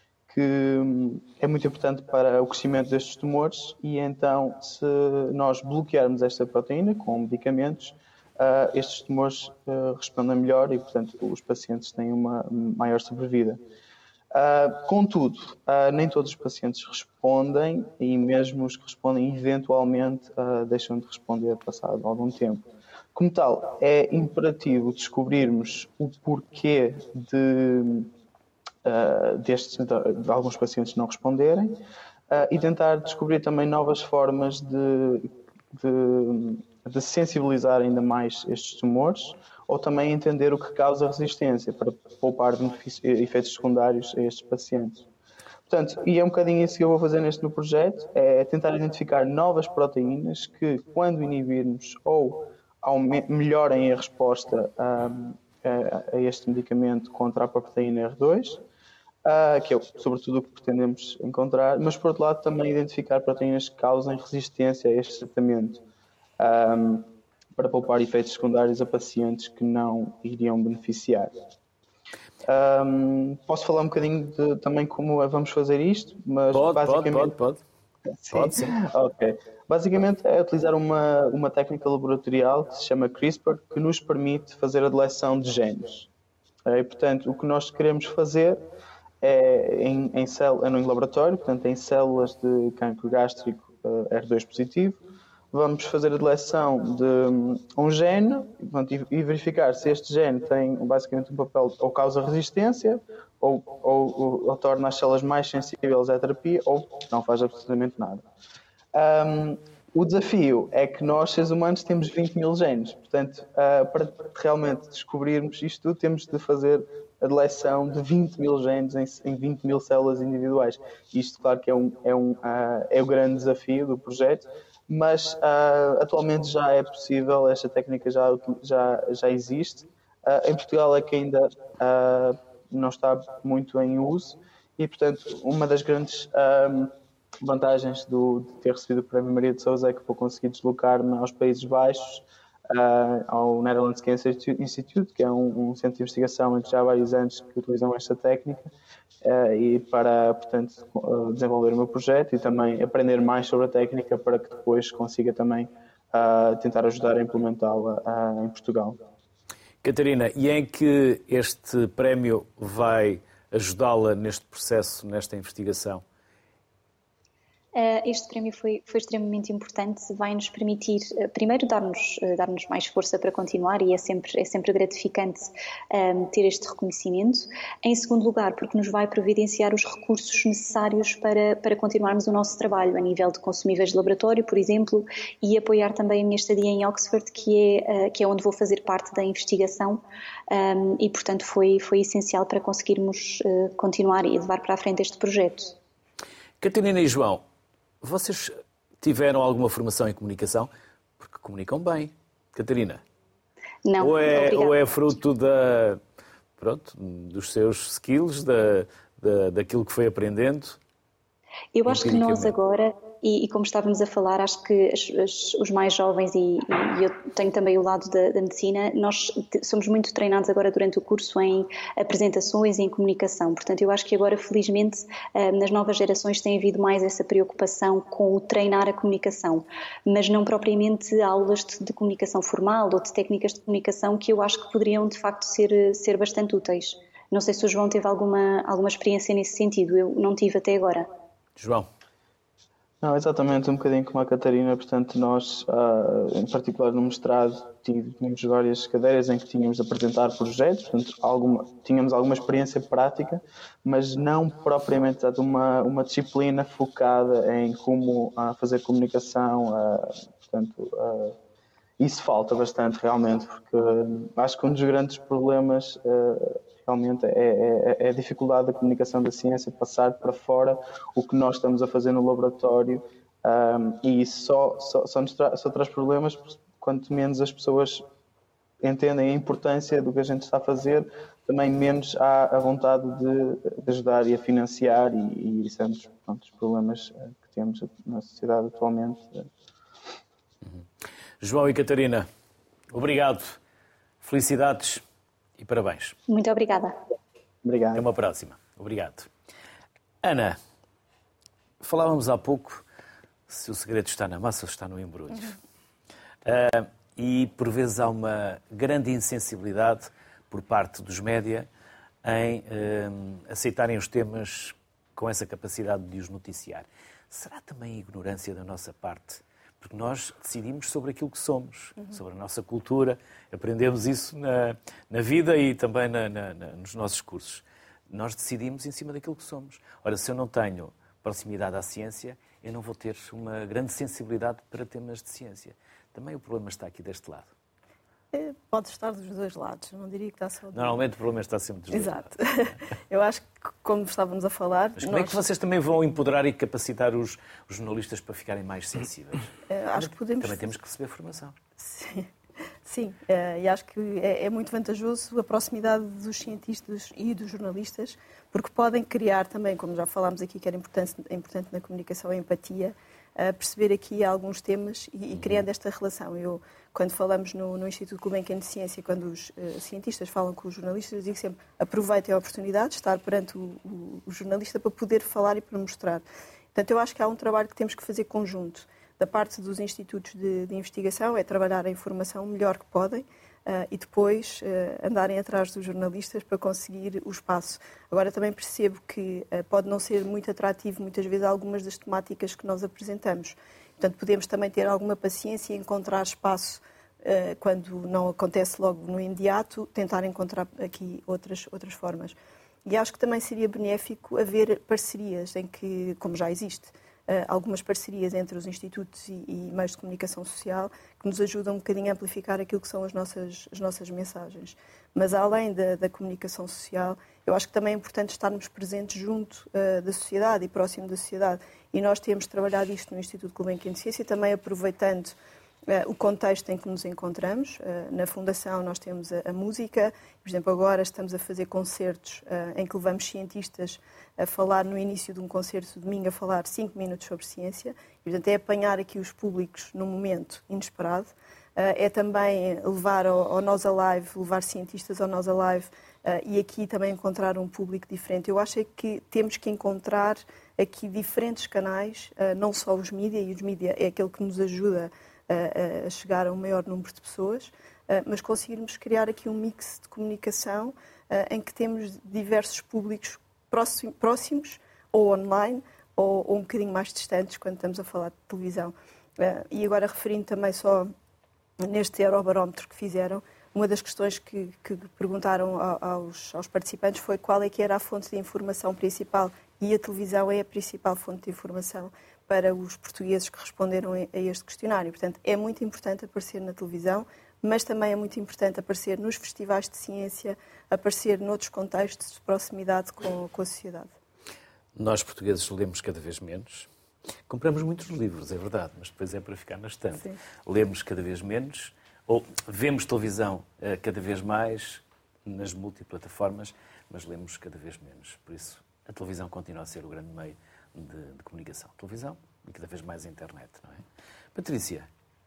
que é muito importante para o crescimento destes tumores, e então, se nós bloquearmos esta proteína com medicamentos, uh, estes tumores uh, respondem melhor e, portanto, os pacientes têm uma maior sobrevida. Uh, contudo, uh, nem todos os pacientes respondem, e mesmo os que respondem, eventualmente, uh, deixam de responder passado algum tempo. Como tal, é imperativo descobrirmos o porquê de... Uh, destes, de alguns pacientes não responderem, uh, e tentar descobrir também novas formas de, de, de sensibilizar ainda mais estes tumores, ou também entender o que causa resistência para poupar efeitos secundários a estes pacientes. Portanto, e é um bocadinho isso que eu vou fazer neste meu projeto, é tentar identificar novas proteínas que, quando inibirmos ou melhorem a resposta a, a, a este medicamento contra a proteína R dois, Uh, que é sobretudo o que pretendemos encontrar, mas por outro lado também identificar proteínas que causem resistência a este tratamento, um, para poupar efeitos secundários a pacientes que não iriam beneficiar. Um, posso falar um bocadinho de, também como vamos fazer isto? Mas pode, basicamente... pode, pode, pode. Sim. Pode, sim. Ok. Basicamente é utilizar uma, uma técnica laboratorial que se chama CRISPR, que nos permite fazer a deleção de genes. E, portanto, o que nós queremos fazer é em, em, cel, é no laboratório, portanto, em células de cancro gástrico uh, R dois positivo, vamos fazer a deleção de um, um gene, portanto, e, e verificar se este gene tem basicamente um papel ou causa resistência, ou, ou, ou, ou torna as células mais sensíveis à terapia, ou não faz absolutamente nada. Um, o desafio é que nós, seres humanos, temos vinte mil genes, portanto, uh, para realmente descobrirmos isto, temos de fazer a deleção de vinte mil genes em, em vinte mil células individuais. Isto, claro, que é, um, é, um, uh, é o grande desafio do projeto, mas uh, atualmente já é possível, esta técnica já, já, já existe. Uh, em Portugal é que ainda uh, não está muito em uso, e, portanto, uma das grandes uh, vantagens do, de ter recebido o Prémio Maria de Sousa é que vou conseguir deslocar-me aos Países Baixos, Uh, ao Netherlands Cancer Institute, que é um, um centro de investigação em que já há vários anos que utilizam esta técnica, uh, e para, portanto, uh, desenvolver o meu projeto e também aprender mais sobre a técnica para que depois consiga também uh, tentar ajudar a implementá-la uh, em Portugal. Catarina, e em que este prémio vai ajudá-la neste processo, nesta investigação? Este prémio foi, foi extremamente importante, vai nos permitir, primeiro, dar-nos, dar-nos mais força para continuar e é sempre, é sempre gratificante um, ter este reconhecimento. Em segundo lugar, porque nos vai providenciar os recursos necessários para, para continuarmos o nosso trabalho a nível de consumíveis de laboratório, por exemplo, e apoiar também a minha estadia em Oxford, que é, que é onde vou fazer parte da investigação um, e, portanto, foi, foi essencial para conseguirmos uh, continuar e levar para a frente este projeto. Catarina e João, vocês tiveram alguma formação em comunicação? Porque comunicam bem. Catarina? Não, ou é, obrigada. Ou é fruto da, pronto, dos seus skills, da, da, daquilo que foi aprendendo? Eu acho que nós agora, e, e como estávamos a falar, acho que as, as, os mais jovens, e, e eu tenho também o lado da, da medicina, nós somos muito treinados agora durante o curso em apresentações e em comunicação. Portanto, eu acho que agora, felizmente, nas novas gerações tem havido mais essa preocupação com o treinar a comunicação, mas não propriamente aulas de, de comunicação formal ou de técnicas de comunicação que eu acho que poderiam, de facto, ser, ser bastante úteis. Não sei se o João teve alguma, alguma experiência nesse sentido, eu não tive até agora. João? Não, exatamente, um bocadinho como a Catarina. Portanto, nós, em particular no mestrado, tínhamos várias cadeiras em que tínhamos de apresentar projetos, portanto, alguma, tínhamos alguma experiência prática, mas não propriamente uma, uma disciplina focada em como fazer comunicação. Portanto, isso falta bastante realmente, porque acho que um dos grandes problemas realmente é, é, é a dificuldade da comunicação da ciência, passar para fora o que nós estamos a fazer no laboratório, um, e isso só, só, só, nos tra- só traz problemas quanto menos as pessoas entendem a importância do que a gente está a fazer, também menos há a vontade de, de ajudar e a financiar, e, e isso é um dos, pronto, dos problemas que temos na sociedade atualmente. Uhum. João e Catarina, obrigado, felicidades e parabéns. Muito obrigada. Obrigado. Até uma próxima. Obrigado. Ana, falávamos há pouco se o segredo está na massa ou está no embrulho. Uhum. Uh, e, por vezes, há uma grande insensibilidade por parte dos média em uh, aceitarem os temas com essa capacidade de os noticiar. Será também ignorância da nossa parte? Porque nós decidimos sobre aquilo que somos, uhum. sobre a nossa cultura, aprendemos isso na, na vida e também na, na, na, nos nossos cursos. Nós decidimos em cima daquilo que somos. Ora, se eu não tenho proximidade à ciência, eu não vou ter uma grande sensibilidade para temas de ciência. Também o problema está aqui deste lado. É, pode estar dos dois lados, não diria que está só do... Normalmente o problema está sempre dos dois Exato. lados. Exato. Eu acho que, como estávamos a falar... Mas como nós... é que vocês também vão empoderar e capacitar os, os jornalistas para ficarem mais sensíveis? É, acho que podemos... Também temos que receber formação. Sim, Sim. É, e acho que é, é muito vantajoso a proximidade dos cientistas e dos jornalistas, porque podem criar também, como já falámos aqui, que era importante, importante na comunicação, a empatia, a perceber aqui alguns temas e, e criando esta relação. Eu, quando falamos no, no Instituto Gulbenkian de Ciência, quando os uh, cientistas falam com os jornalistas, eu digo sempre, aproveitem a oportunidade de estar perante o, o, o jornalista para poder falar e para mostrar. Portanto, eu acho que há um trabalho que temos que fazer conjunto. Da parte dos institutos de, de investigação, é trabalhar a informação o melhor que podem uh, e depois uh, andarem atrás dos jornalistas para conseguir o espaço. Agora, também percebo que uh, pode não ser muito atrativo, muitas vezes, algumas das temáticas que nós apresentamos. Portanto, podemos também ter alguma paciência e encontrar espaço, uh, quando não acontece logo no imediato, tentar encontrar aqui outras, outras formas. E acho que também seria benéfico haver parcerias em que, como já existe, Uh, algumas parcerias entre os institutos e, e meios de comunicação social que nos ajudam um bocadinho a amplificar aquilo que são as nossas, as nossas mensagens. Mas, além da, da comunicação social, eu acho que também é importante estarmos presentes junto uh, da sociedade e próximo da sociedade. E nós temos trabalhado isto no Instituto Gulbenkian de Ciência, também aproveitando uh, o contexto em que nos encontramos. Uh, na Fundação nós temos a, a música, por exemplo, agora estamos a fazer concertos uh, em que levamos cientistas a falar no início de um concerto de domingo, a falar cinco minutos sobre ciência. E, portanto, é apanhar aqui os públicos num momento inesperado. É também levar ao, ao Nós Alive, levar cientistas ao Nós Alive e aqui também encontrar um público diferente. Eu acho que temos que encontrar aqui diferentes canais, não só os mídia, e os mídia é aquele que nos ajuda a chegar a um maior número de pessoas, mas conseguirmos criar aqui um mix de comunicação em que temos diversos públicos próximos ou online ou, ou um bocadinho mais distantes quando estamos a falar de televisão. Uh, e agora referindo também só neste Eurobarómetro que fizeram, uma das questões que, que perguntaram aos, aos participantes foi qual é que era a fonte de informação principal, e a televisão é a principal fonte de informação para os portugueses que responderam a este questionário. Portanto, é muito importante aparecer na televisão, mas também é muito importante aparecer nos festivais de ciência, aparecer noutros contextos de proximidade com, com a sociedade. Nós, portugueses, lemos cada vez menos. Compramos muitos livros, é verdade, mas depois é para ficar na estante. Sim. Lemos cada vez menos, ou vemos televisão uh, cada vez mais nas multiplataformas, mas lemos cada vez menos. Por isso, a televisão continua a ser o grande meio de, de comunicação. Televisão e cada vez mais a internet, não é? Patrícia,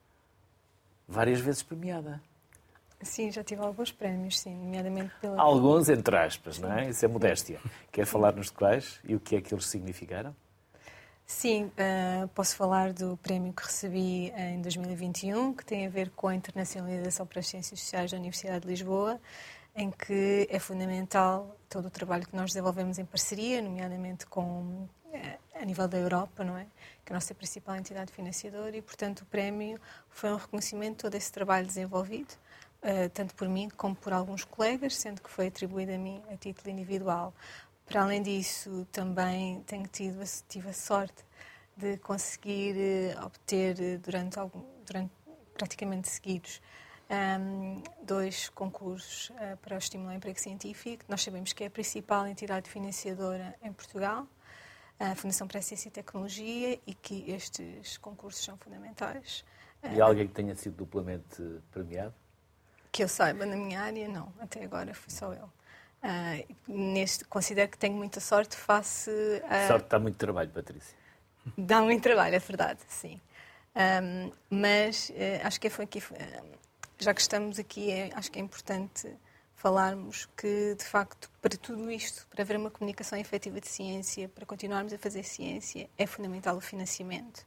várias vezes premiada. Sim, já tive alguns prémios, sim, nomeadamente pela... Alguns, entre aspas, sim. Não é? Isso é modéstia. Quer falar-nos de quais e o que é que eles significaram? Sim, uh, posso falar do prémio que recebi em dois mil e vinte e um, que tem a ver com a internacionalização para as ciências sociais da Universidade de Lisboa, em que é fundamental todo o trabalho que nós desenvolvemos em parceria, nomeadamente com, a nível da Europa, não é? Que é a nossa principal entidade financiadora, e, portanto, o prémio foi um reconhecimento de todo esse trabalho desenvolvido, uh, tanto por mim como por alguns colegas, sendo que foi atribuído a mim a título individual. Para além disso, também tenho tido, tive a sorte de conseguir uh, obter, uh, durante, algum, durante praticamente seguidos, um, dois concursos uh, para o estímulo ao emprego científico. Nós sabemos que é a principal entidade financiadora em Portugal, a Fundação para a Ciência e Tecnologia, e que estes concursos são fundamentais. E alguém que tenha sido duplamente premiado? Que eu saiba, na minha área, não. Até agora fui só eu. Uh, neste, considero que tenho muita sorte face a... Sorte dá muito trabalho, Patrícia. Dá muito trabalho, é verdade, sim. Um, mas uh, acho que foi aqui, uh, já que estamos aqui, é, acho que é importante falarmos que, de facto, para tudo isto, para haver uma comunicação efetiva de ciência, para continuarmos a fazer ciência, é fundamental o financiamento,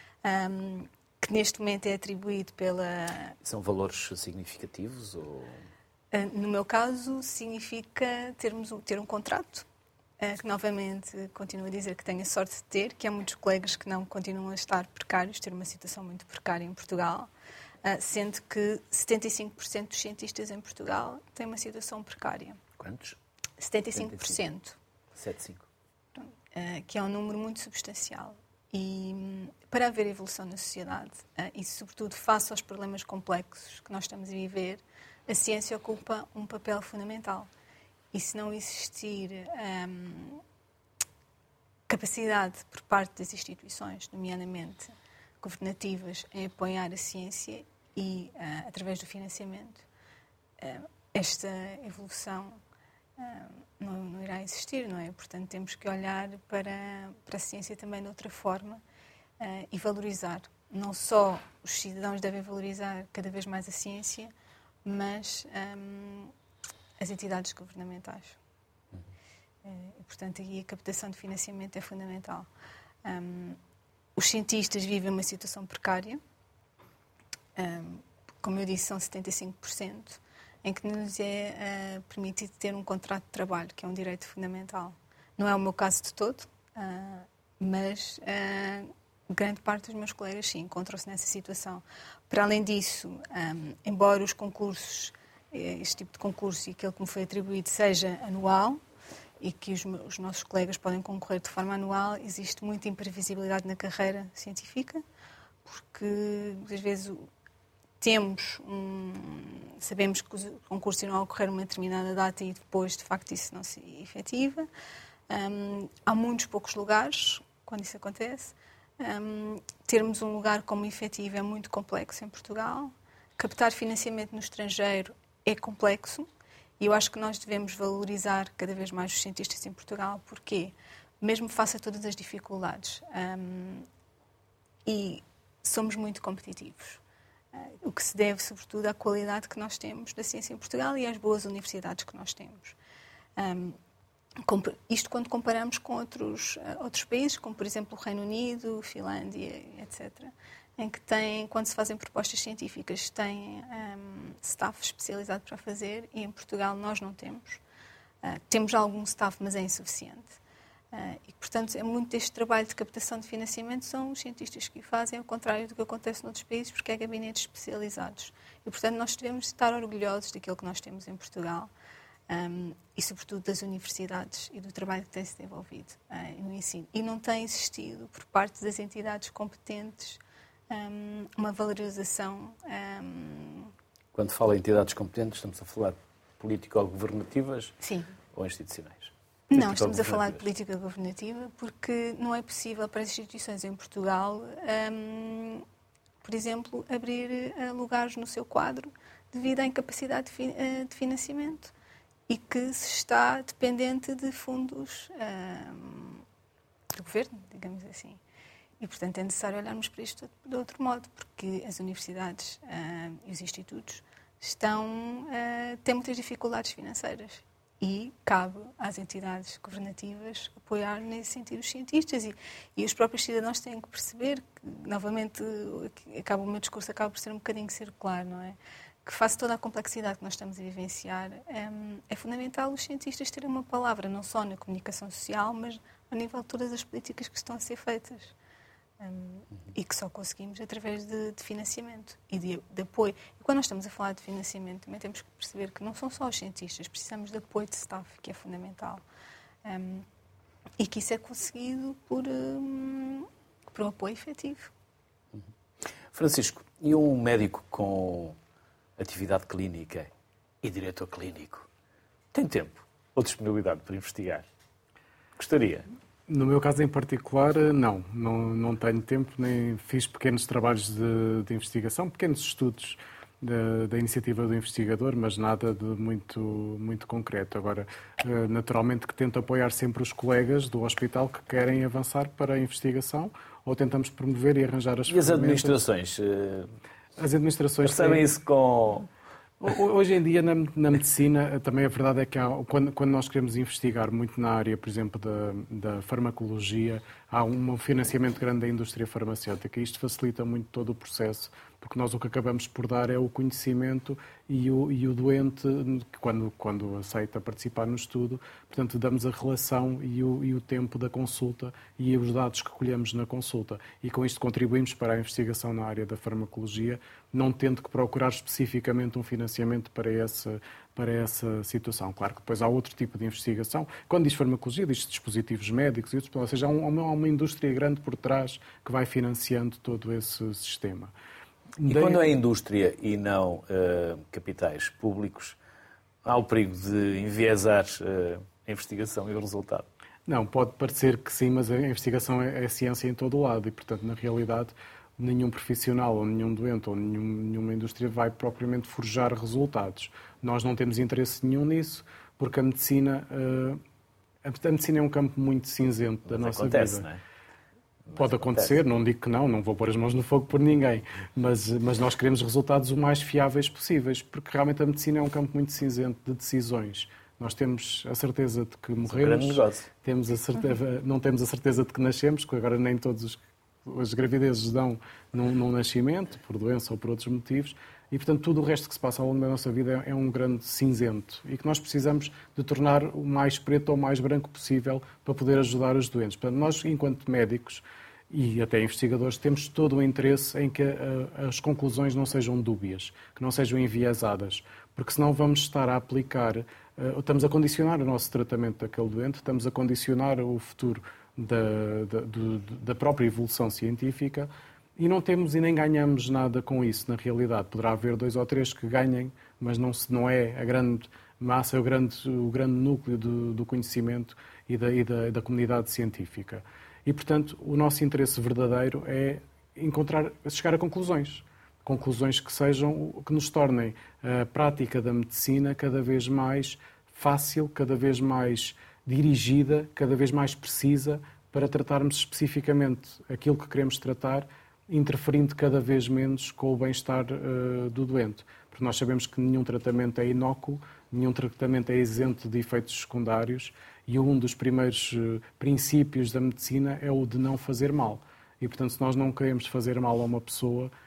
um, que neste momento é atribuído pela... São valores significativos ou... No meu caso, significa termos, ter um contrato, que novamente continuo a dizer que tenho a sorte de ter, que há muitos colegas que não continuam a estar precários, ter uma situação muito precária em Portugal, sendo que setenta e cinco por cento dos cientistas em Portugal têm uma situação precária. Quantos? setenta e cinco por cento. setenta e cinco por cento. Que é um número muito substancial. E para haver evolução na sociedade, e sobretudo face aos problemas complexos que nós estamos a viver, a ciência ocupa um papel fundamental. E se não existir hum, capacidade por parte das instituições, nomeadamente governativas, em apoiar a ciência e, uh, através do financiamento, uh, esta evolução uh, não, não irá existir, não é? Portanto, temos que olhar para, para a ciência também de outra forma uh, e valorizar. Não só os cidadãos devem valorizar cada vez mais a ciência, mas um, as entidades governamentais. Uhum. E, portanto, aí a captação de financiamento é fundamental. Um, os cientistas vivem uma situação precária, um, como eu disse, são setenta e cinco por cento, em que nos é uh, permitido ter um contrato de trabalho, que é um direito fundamental. Não é o meu caso de todo, uh, mas... Uh, grande parte dos meus colegas, sim, encontram-se nessa situação. Para além disso, um, embora os concursos, este tipo de concurso e aquele que me foi atribuído seja anual e que os, os nossos colegas podem concorrer de forma anual, existe muita imprevisibilidade na carreira científica, porque às vezes temos um, sabemos que o concurso irá ocorrer numa determinada data e depois, de facto, isso não se efetiva. Um, há muitos poucos lugares quando isso acontece. Um, termos um lugar como efetivo é muito complexo em Portugal. Captar financiamento no estrangeiro é complexo e eu acho que nós devemos valorizar cada vez mais os cientistas em Portugal. Porquê? Mesmo face a todas as dificuldades. Um, e somos muito competitivos. Uh, o que se deve, sobretudo, à qualidade que nós temos da ciência em Portugal e às boas universidades que nós temos. Um, Isto quando comparamos com outros, outros países, como, por exemplo, o Reino Unido, Finlândia, etcétera, em que tem, quando se fazem propostas científicas, têm um, staff especializado para fazer, e em Portugal nós não temos. Uh, temos algum staff, mas é insuficiente. Uh, e, portanto, é muito deste trabalho de captação de financiamento são os cientistas que o fazem, ao contrário do que acontece noutros países, porque é gabinetes especializados. E, portanto, nós devemos estar orgulhosos daquilo que nós temos em Portugal um, e, sobretudo, das universidades e do trabalho que tem-se desenvolvido uh, no ensino. E não tem existido, por parte das entidades competentes, um, uma valorização... Um... Quando fala em entidades competentes, estamos a falar político-governativas Sim. ou institucionais? Não, estamos a falar de política governativa porque não é possível para as instituições em Portugal, um, por exemplo, abrir uh, lugares no seu quadro devido à incapacidade de, fi uh, de financiamento e que se está dependente de fundos um, do governo, digamos assim. E, portanto, é necessário olharmos para isto de outro modo, porque as universidades uh, e os institutos estão, uh, têm muitas dificuldades financeiras. E cabe às entidades governativas apoiar nesse sentido os cientistas e, e os próprios cidadãos têm que perceber que, novamente, acaba, o meu discurso acaba por ser um bocadinho circular, não é? Que face toda a complexidade que nós estamos a vivenciar, é, é fundamental os cientistas terem uma palavra, não só na comunicação social, mas ao nível de todas as políticas que estão a ser feitas. Um, e que só conseguimos através de, de financiamento e de, de apoio. E quando nós estamos a falar de financiamento, também temos que perceber que não são só os cientistas, precisamos de apoio de staff, que é fundamental. Um, e que isso é conseguido por, um, por um apoio efetivo. Francisco, e um médico com atividade clínica e diretor clínico tem tempo ou disponibilidade para investigar? Gostaria? No meu caso em particular, não. Não, não tenho tempo, nem fiz pequenos trabalhos de, de investigação, pequenos estudos da, da iniciativa do investigador, mas nada de muito, muito concreto. Agora, naturalmente que tento apoiar sempre os colegas do hospital que querem avançar para a investigação, ou tentamos promover e arranjar as ferramentas. E as administrações? As administrações percebem têm... isso com... Hoje em dia, na, na medicina, também a verdade é que há, quando, quando nós queremos investigar muito na área, por exemplo, da, da farmacologia, há um financiamento grande da indústria farmacêutica e isto facilita muito todo o processo, porque nós o que acabamos por dar é o conhecimento e o, e o doente, quando, quando aceita participar no estudo, portanto, damos a relação e o, e o tempo da consulta e os dados que colhemos na consulta. E com isto contribuímos para a investigação na área da farmacologia, não tendo que procurar especificamente um financiamento para essa, para essa situação. Claro que depois há outro tipo de investigação. Quando diz farmacologia, diz dispositivos médicos, ou seja, há uma, uma indústria grande por trás que vai financiando todo esse sistema. E quando é indústria e não uh, capitais públicos, há o perigo de enviesar uh, a investigação e o resultado? Não, pode parecer que sim, mas a investigação é, é ciência em todo o lado e, portanto, na realidade, nenhum profissional ou nenhum doente ou nenhum, nenhuma indústria vai propriamente forjar resultados. Nós não temos interesse nenhum nisso, porque a medicina, uh, a medicina é um campo muito cinzento da mas nossa acontece, vida. Não é? Pode acontecer, não digo que não, não vou pôr as mãos no fogo por ninguém, mas, mas nós queremos resultados o mais fiáveis possíveis, porque realmente a medicina é um campo muito cinzento de decisões. Nós temos a certeza de que morremos, temos a certeza, não temos a certeza de que nascemos, porque agora nem todos os, as gravidezes dão num, num nascimento, por doença ou por outros motivos, e portanto tudo o resto que se passa ao longo da nossa vida é um grande cinzento e que nós precisamos de tornar o mais preto ou o mais branco possível para poder ajudar os doentes. Portanto, nós, enquanto médicos e até investigadores, temos todo o interesse em que uh, as conclusões não sejam dúbias, que não sejam enviesadas, porque senão vamos estar a aplicar, uh, estamos a condicionar o nosso tratamento daquele doente, estamos a condicionar o futuro da, da, do, da própria evolução científica e não temos e nem ganhamos nada com isso, na realidade. Poderá haver dois ou três que ganhem, mas não, se, não é a grande massa, o grande, o grande núcleo do, do conhecimento e da, e da, da comunidade científica. E, portanto, o nosso interesse verdadeiro é encontrar, chegar a conclusões. Conclusões que sejam, que nos tornem a prática da medicina cada vez mais fácil, cada vez mais dirigida, cada vez mais precisa para tratarmos especificamente aquilo que queremos tratar, interferindo cada vez menos com o bem-estar uh, do doente. Porque nós sabemos que nenhum tratamento é inócuo, nenhum tratamento é isento de efeitos secundários e um dos primeiros uh, princípios da medicina é o de não fazer mal. E, portanto, se nós não queremos fazer mal a uma pessoa,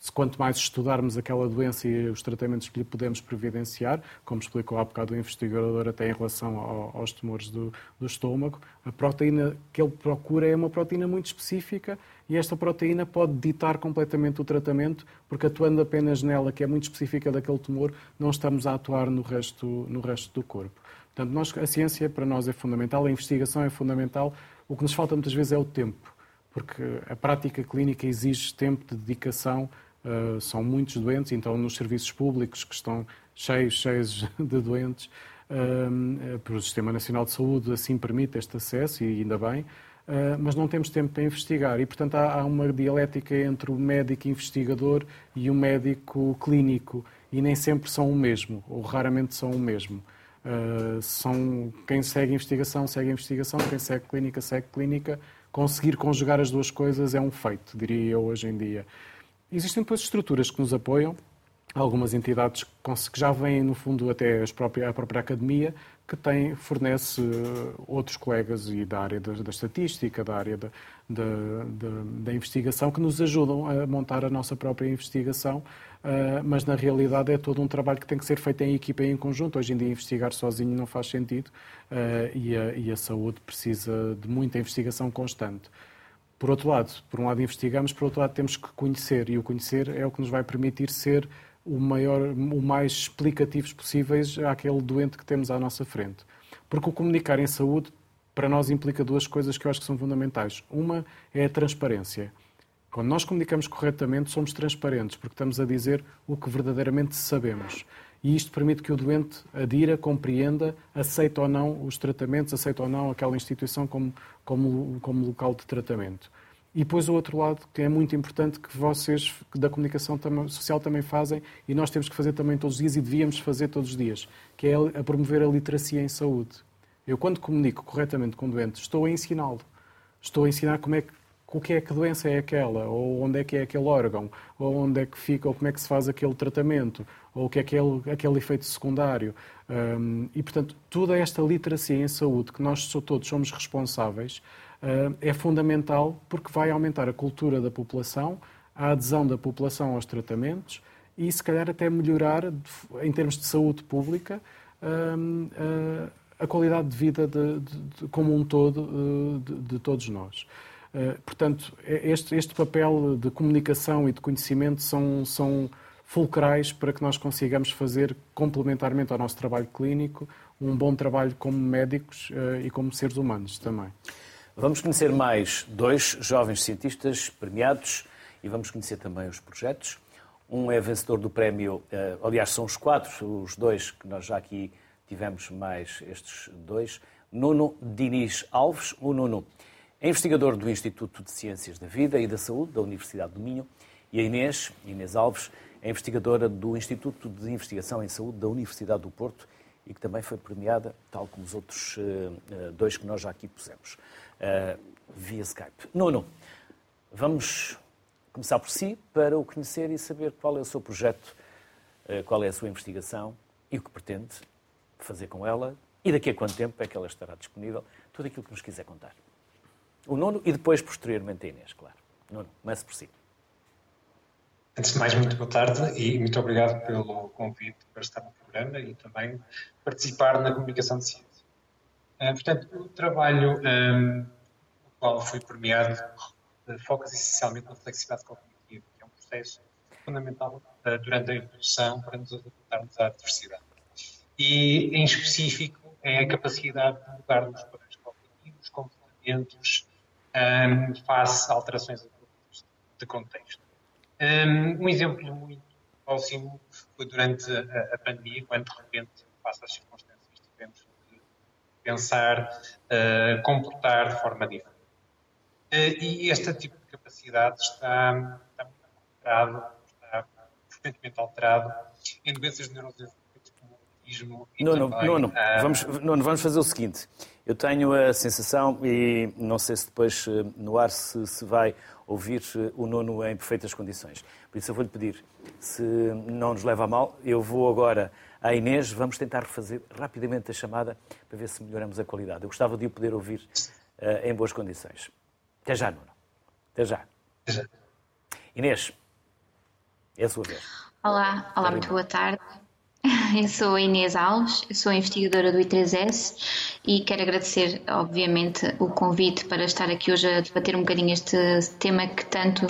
Se quanto mais estudarmos aquela doença e os tratamentos que lhe podemos providenciar, como explicou há bocado o investigador até em relação ao, aos tumores do, do estômago, a proteína que ele procura é uma proteína muito específica e esta proteína pode ditar completamente o tratamento, porque atuando apenas nela, que é muito específica daquele tumor, não estamos a atuar no resto, no resto do corpo. Portanto, nós, a ciência para nós é fundamental, a investigação é fundamental. O que nos falta muitas vezes é o tempo, porque a prática clínica exige tempo de dedicação. Uh, são muitos doentes, então nos serviços públicos que estão cheios, cheios de doentes, uh, uh, o Sistema Nacional de Saúde assim permite este acesso, e ainda bem, uh, mas não temos tempo para investigar. E, portanto, há, há uma dialética entre o médico investigador e o médico clínico, e nem sempre são o mesmo, ou raramente são o mesmo. Uh, são, quem segue investigação, segue investigação, quem segue clínica, segue clínica. Conseguir conjugar as duas coisas é um feito, diria eu, hoje em dia. Existem depois estruturas que nos apoiam, algumas entidades que já vêm, no fundo, até a própria, a própria academia, que tem, fornece outros colegas e da área da, da estatística, da área da, da, da, da investigação, que nos ajudam a montar a nossa própria investigação, uh, mas na realidade é todo um trabalho que tem que ser feito em equipa e em conjunto. Hoje em dia investigar sozinho não faz sentido, uh, e, a, e a saúde precisa de muita investigação constante. Por outro lado, por um lado investigamos, por outro lado temos que conhecer, e o conhecer é o que nos vai permitir ser o, maior, o mais explicativos possíveis àquele doente que temos à nossa frente. Porque o comunicar em saúde, para nós, implica duas coisas que eu acho que são fundamentais. Uma é a transparência. Quando nós comunicamos corretamente, somos transparentes, porque estamos a dizer o que verdadeiramente sabemos. E isto permite que o doente adira, compreenda, aceite ou não os tratamentos, aceite ou não aquela instituição como, como, como local de tratamento. E depois o outro lado, que é muito importante, que vocês da comunicação social também fazem, e nós temos que fazer também todos os dias, e devíamos fazer todos os dias, que é a promover a literacia em saúde. Eu, quando comunico corretamente com o doente, estou a ensiná-lo. Estou a ensinar como é que, o que é que a doença é aquela, ou onde é que é aquele órgão, ou onde é que fica, ou como é que se faz aquele tratamento, ou o que é aquele, aquele efeito secundário. Um, e, portanto, toda esta literacia em saúde, que nós todos somos responsáveis, uh, é fundamental, porque vai aumentar a cultura da população, a adesão da população aos tratamentos e, se calhar, até melhorar, em termos de saúde pública, um, uh, a qualidade de vida de, de, de, como um todo uh, de, de todos nós. Uh, portanto, este, este papel de comunicação e de conhecimento são, são fulcrais para que nós consigamos fazer, complementarmente ao nosso trabalho clínico, um bom trabalho como médicos uh, e como seres humanos também. Vamos conhecer mais dois jovens cientistas premiados e vamos conhecer também os projetos. Um é vencedor do prémio, uh, aliás, são os quatro, os dois que nós já aqui tivemos, mais estes dois. Nuno Diniz Alves. O Nuno é investigador do Instituto de Ciências da Vida e da Saúde da Universidade do Minho, e a Inês, Inês Alves, é investigadora do Instituto de Investigação em Saúde da Universidade do Porto e que também foi premiada, tal como os outros uh, dois que nós já aqui pusemos, uh, via Skype. Nuno, vamos começar por si para o conhecer e saber qual é o seu projeto, uh, qual é a sua investigação e o que pretende fazer com ela e daqui a quanto tempo é que ela estará disponível, tudo aquilo que nos quiser contar. O Nuno e depois, posteriormente, a Inês, claro. Nuno, comece por si. Antes de mais, muito boa tarde e muito obrigado pelo convite para estar no programa e também participar na comunicação de ciência. Uh, portanto, o trabalho um, no qual fui premiado uh, foca-se essencialmente na flexibilidade cognitiva, que é um processo fundamental uh, durante a evolução para nos adaptarmos à diversidade. E, em específico, é a capacidade de mudar os padrões cognitivos, comportamentos, um, face a alterações de contexto. Um, um exemplo muito próximo foi durante a, a pandemia, quando de repente, face às circunstâncias, tivemos de pensar, uh, comportar de forma diferente. Uh, e este tipo de capacidade está, está muito alterado, está frequentemente alterado em doenças neurodesenvolvimentais como o autismo e Nuno, também... Nuno, Uh, vamos, Nuno, vamos fazer o seguinte. Eu tenho a sensação, e não sei se depois no ar se, se vai ouvir o Nuno em perfeitas condições. Por isso eu vou-lhe pedir, se não nos leva a mal, eu vou agora à Inês, vamos tentar refazer rapidamente a chamada para ver se melhoramos a qualidade. Eu gostava de o poder ouvir uh, em boas condições. Até já, Nuno. Até já. Até já. Inês, É a sua vez. Olá, olá, muito boa tarde. Eu sou a Inês Alves, eu sou investigadora do I três S e quero agradecer, obviamente, o convite para estar aqui hoje a debater um bocadinho este tema que tanto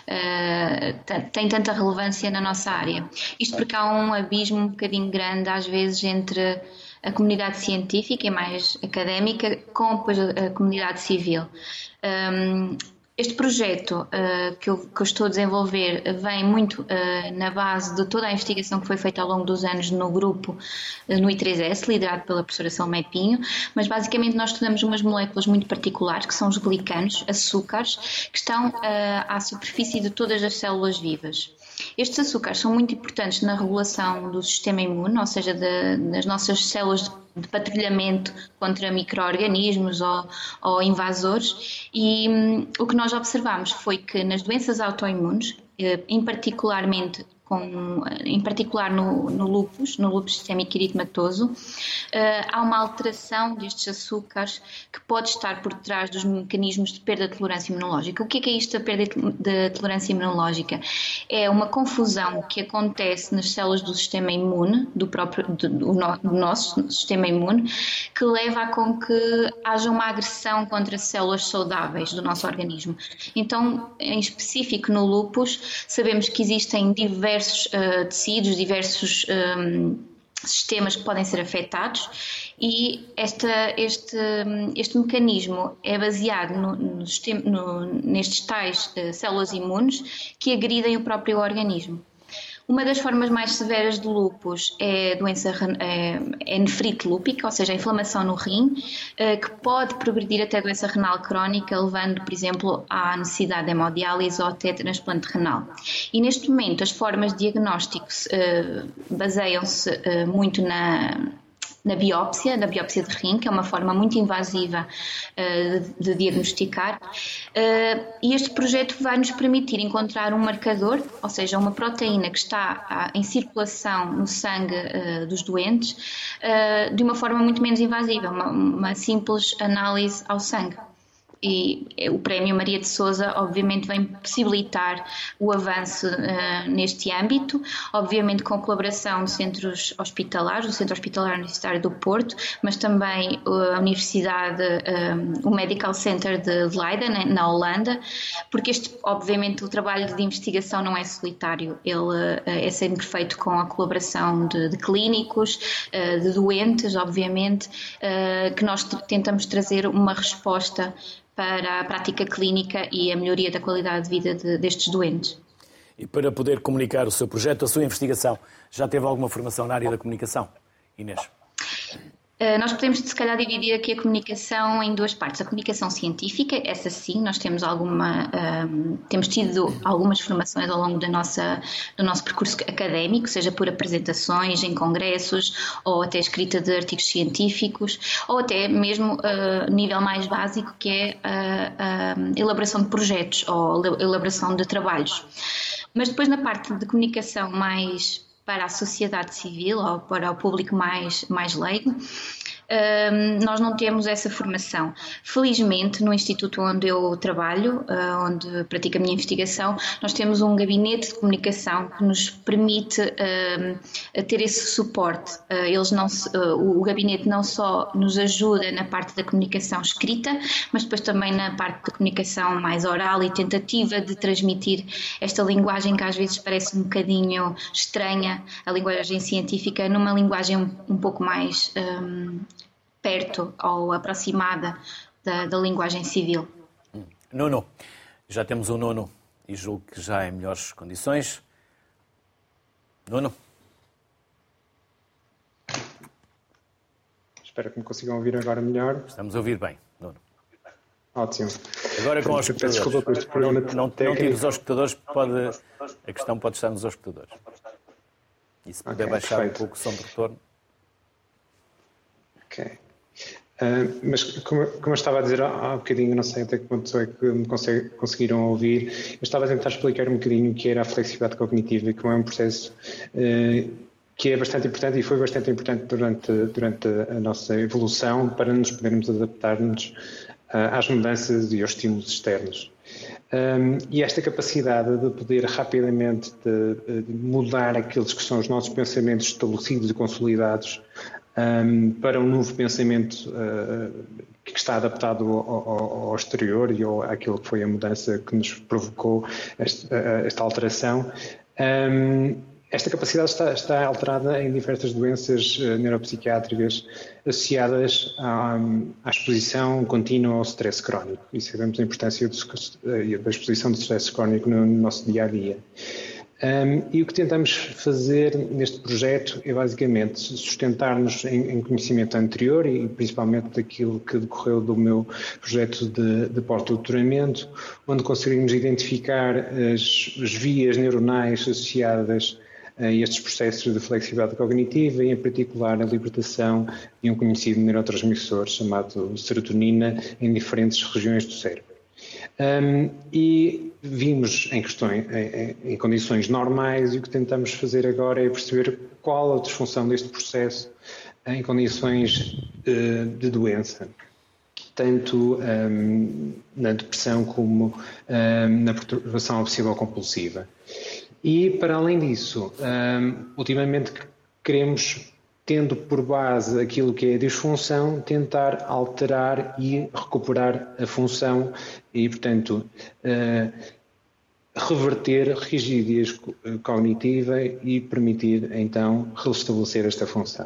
uh, tem tanta relevância na nossa área. Isto porque há um abismo um bocadinho grande, às vezes, entre a comunidade científica e mais académica com depois a comunidade civil. Um, Este projeto uh, que, eu, que eu estou a desenvolver vem muito uh, na base de toda a investigação que foi feita ao longo dos anos no grupo, uh, no I três S, liderado pela professora Salomé Pinho, mas basicamente nós estudamos umas moléculas muito particulares, que são os glicanos, açúcares, que estão uh, à superfície de todas as células vivas. Estes açúcares são muito importantes na regulação do sistema imune, ou seja, de, das nossas células de de patrulhamento contra micro-organismos ou, ou invasores, e hum, o que nós observamos foi que nas doenças autoimunes, eh, em particularmente com, em particular no, no lúpus, no lúpus sistémico eritematoso, uh, há uma alteração destes açúcares que pode estar por detrás dos mecanismos de perda de tolerância imunológica. O que é, que é isto da perda de tolerância imunológica? É uma confusão que acontece nas células do sistema imune, do, próprio, do, do, no, do nosso sistema imune, que leva a com que haja uma agressão contra células saudáveis do nosso organismo. Então, em específico no lúpus, sabemos que existem diversos uh, tecidos, diversos um, sistemas que podem ser afetados, e esta, este, este mecanismo é baseado no, no sistema, no, nestes tais uh, células imunes que agridem o próprio organismo. Uma das formas mais severas de lúpus é a doença é, é nefrite lúpica, ou seja, a inflamação no rim, que pode progredir até doença renal crónica, levando, por exemplo, à necessidade de hemodiálise ou até transplante renal. E neste momento as formas de diagnóstico uh, baseiam-se uh, muito na... na biópsia, na biópsia de rim, que é uma forma muito invasiva uh, de, de diagnosticar. Uh, e este projeto vai nos permitir encontrar um marcador, ou seja, uma proteína que está uh, em circulação no sangue uh, dos doentes, uh, de uma forma muito menos invasiva, uma, uma simples análise ao sangue. E o Prémio Maria de Sousa, obviamente, vem possibilitar o avanço uh, neste âmbito, obviamente com a colaboração de centros hospitalares, do Centro Hospitalar Universitário do Porto, mas também a Universidade, um, o Medical Center de Leiden, na Holanda, porque este, obviamente, o trabalho de investigação não é solitário, ele uh, é sempre feito com a colaboração de, de clínicos, uh, de doentes, obviamente, uh, que nós tentamos trazer uma resposta para a prática clínica e a melhoria da qualidade de vida de, destes doentes. E para poder comunicar o seu projeto, a sua investigação, já teve alguma formação na área da comunicação, Inês? Uh, nós podemos, se calhar, dividir aqui a comunicação em duas partes. A comunicação científica, essa sim, nós temos, alguma, um, temos tido algumas formações ao longo da nossa, do nosso percurso académico, seja por apresentações em congressos, ou até escrita de artigos científicos, ou até mesmo uh, nível mais básico, que é a, a elaboração de projetos ou elaboração de trabalhos. Mas depois, na parte de comunicação mais para a sociedade civil ou para o público mais, mais leigo, Um, nós não temos essa formação. Felizmente, no instituto onde eu trabalho, uh, onde pratico a minha investigação, nós temos um gabinete de comunicação que nos permite uh, ter esse suporte. Uh, eles não, uh, o gabinete não só nos ajuda na parte da comunicação escrita, mas depois também na parte da comunicação mais oral e tentativa de transmitir esta linguagem que às vezes parece um bocadinho estranha, a linguagem científica, numa linguagem um, um pouco mais um, perto ou aproximada da, da linguagem civil. Nuno, já temos um Nuno e julgo que já em melhores condições. Nuno? Espero que me consigam ouvir agora melhor. Estamos a ouvir bem, Nuno. Ótimo. Agora com os escutadores. Não, não, não tires aos escutadores, pode, a questão pode estar nos escutadores. E se puder okay, baixar perfeito. um pouco o som de retorno. Ok. Uh, mas como, como eu estava a dizer há um bocadinho, não sei até que ponto é que me consegue, conseguiram ouvir, eu estava a tentar explicar um bocadinho o que era a flexibilidade cognitiva e como é um processo uh, que é bastante importante e foi bastante importante durante, durante a nossa evolução para nos podermos adaptar-nos uh, às mudanças e aos estímulos externos. Um, e esta capacidade de poder rapidamente de, de mudar aqueles que são os nossos pensamentos estabelecidos e consolidados um, para um novo pensamento uh, que está adaptado ao, ao, ao exterior e ao, àquilo que foi a mudança que nos provocou esta, esta alteração. Um, Esta capacidade está, está alterada em diversas doenças uh, neuropsiquiátricas associadas à, à exposição contínua ao stress crónico. E sabemos a importância do, uh, da exposição do stress crónico no, no nosso dia-a-dia. Um, e o que tentamos fazer neste projeto é basicamente sustentar-nos em, em conhecimento anterior e principalmente daquilo que decorreu do meu projeto de, de pós-doutoramento, onde conseguimos identificar as, as vias neuronais associadas a estes processos de flexibilidade cognitiva e, em particular, a libertação de um conhecido neurotransmissor chamado serotonina em diferentes regiões do cérebro. Um, e vimos em, questões, em, em condições normais e o que tentamos fazer agora é perceber qual a disfunção deste processo em condições uh, de doença, tanto um, na depressão como um, na perturbação obsessivo-compulsiva. E, para além disso, um, ultimamente queremos, tendo por base aquilo que é a disfunção, tentar alterar e recuperar a função e, portanto, uh, reverter rigidez cognitiva e permitir, então, restabelecer esta função.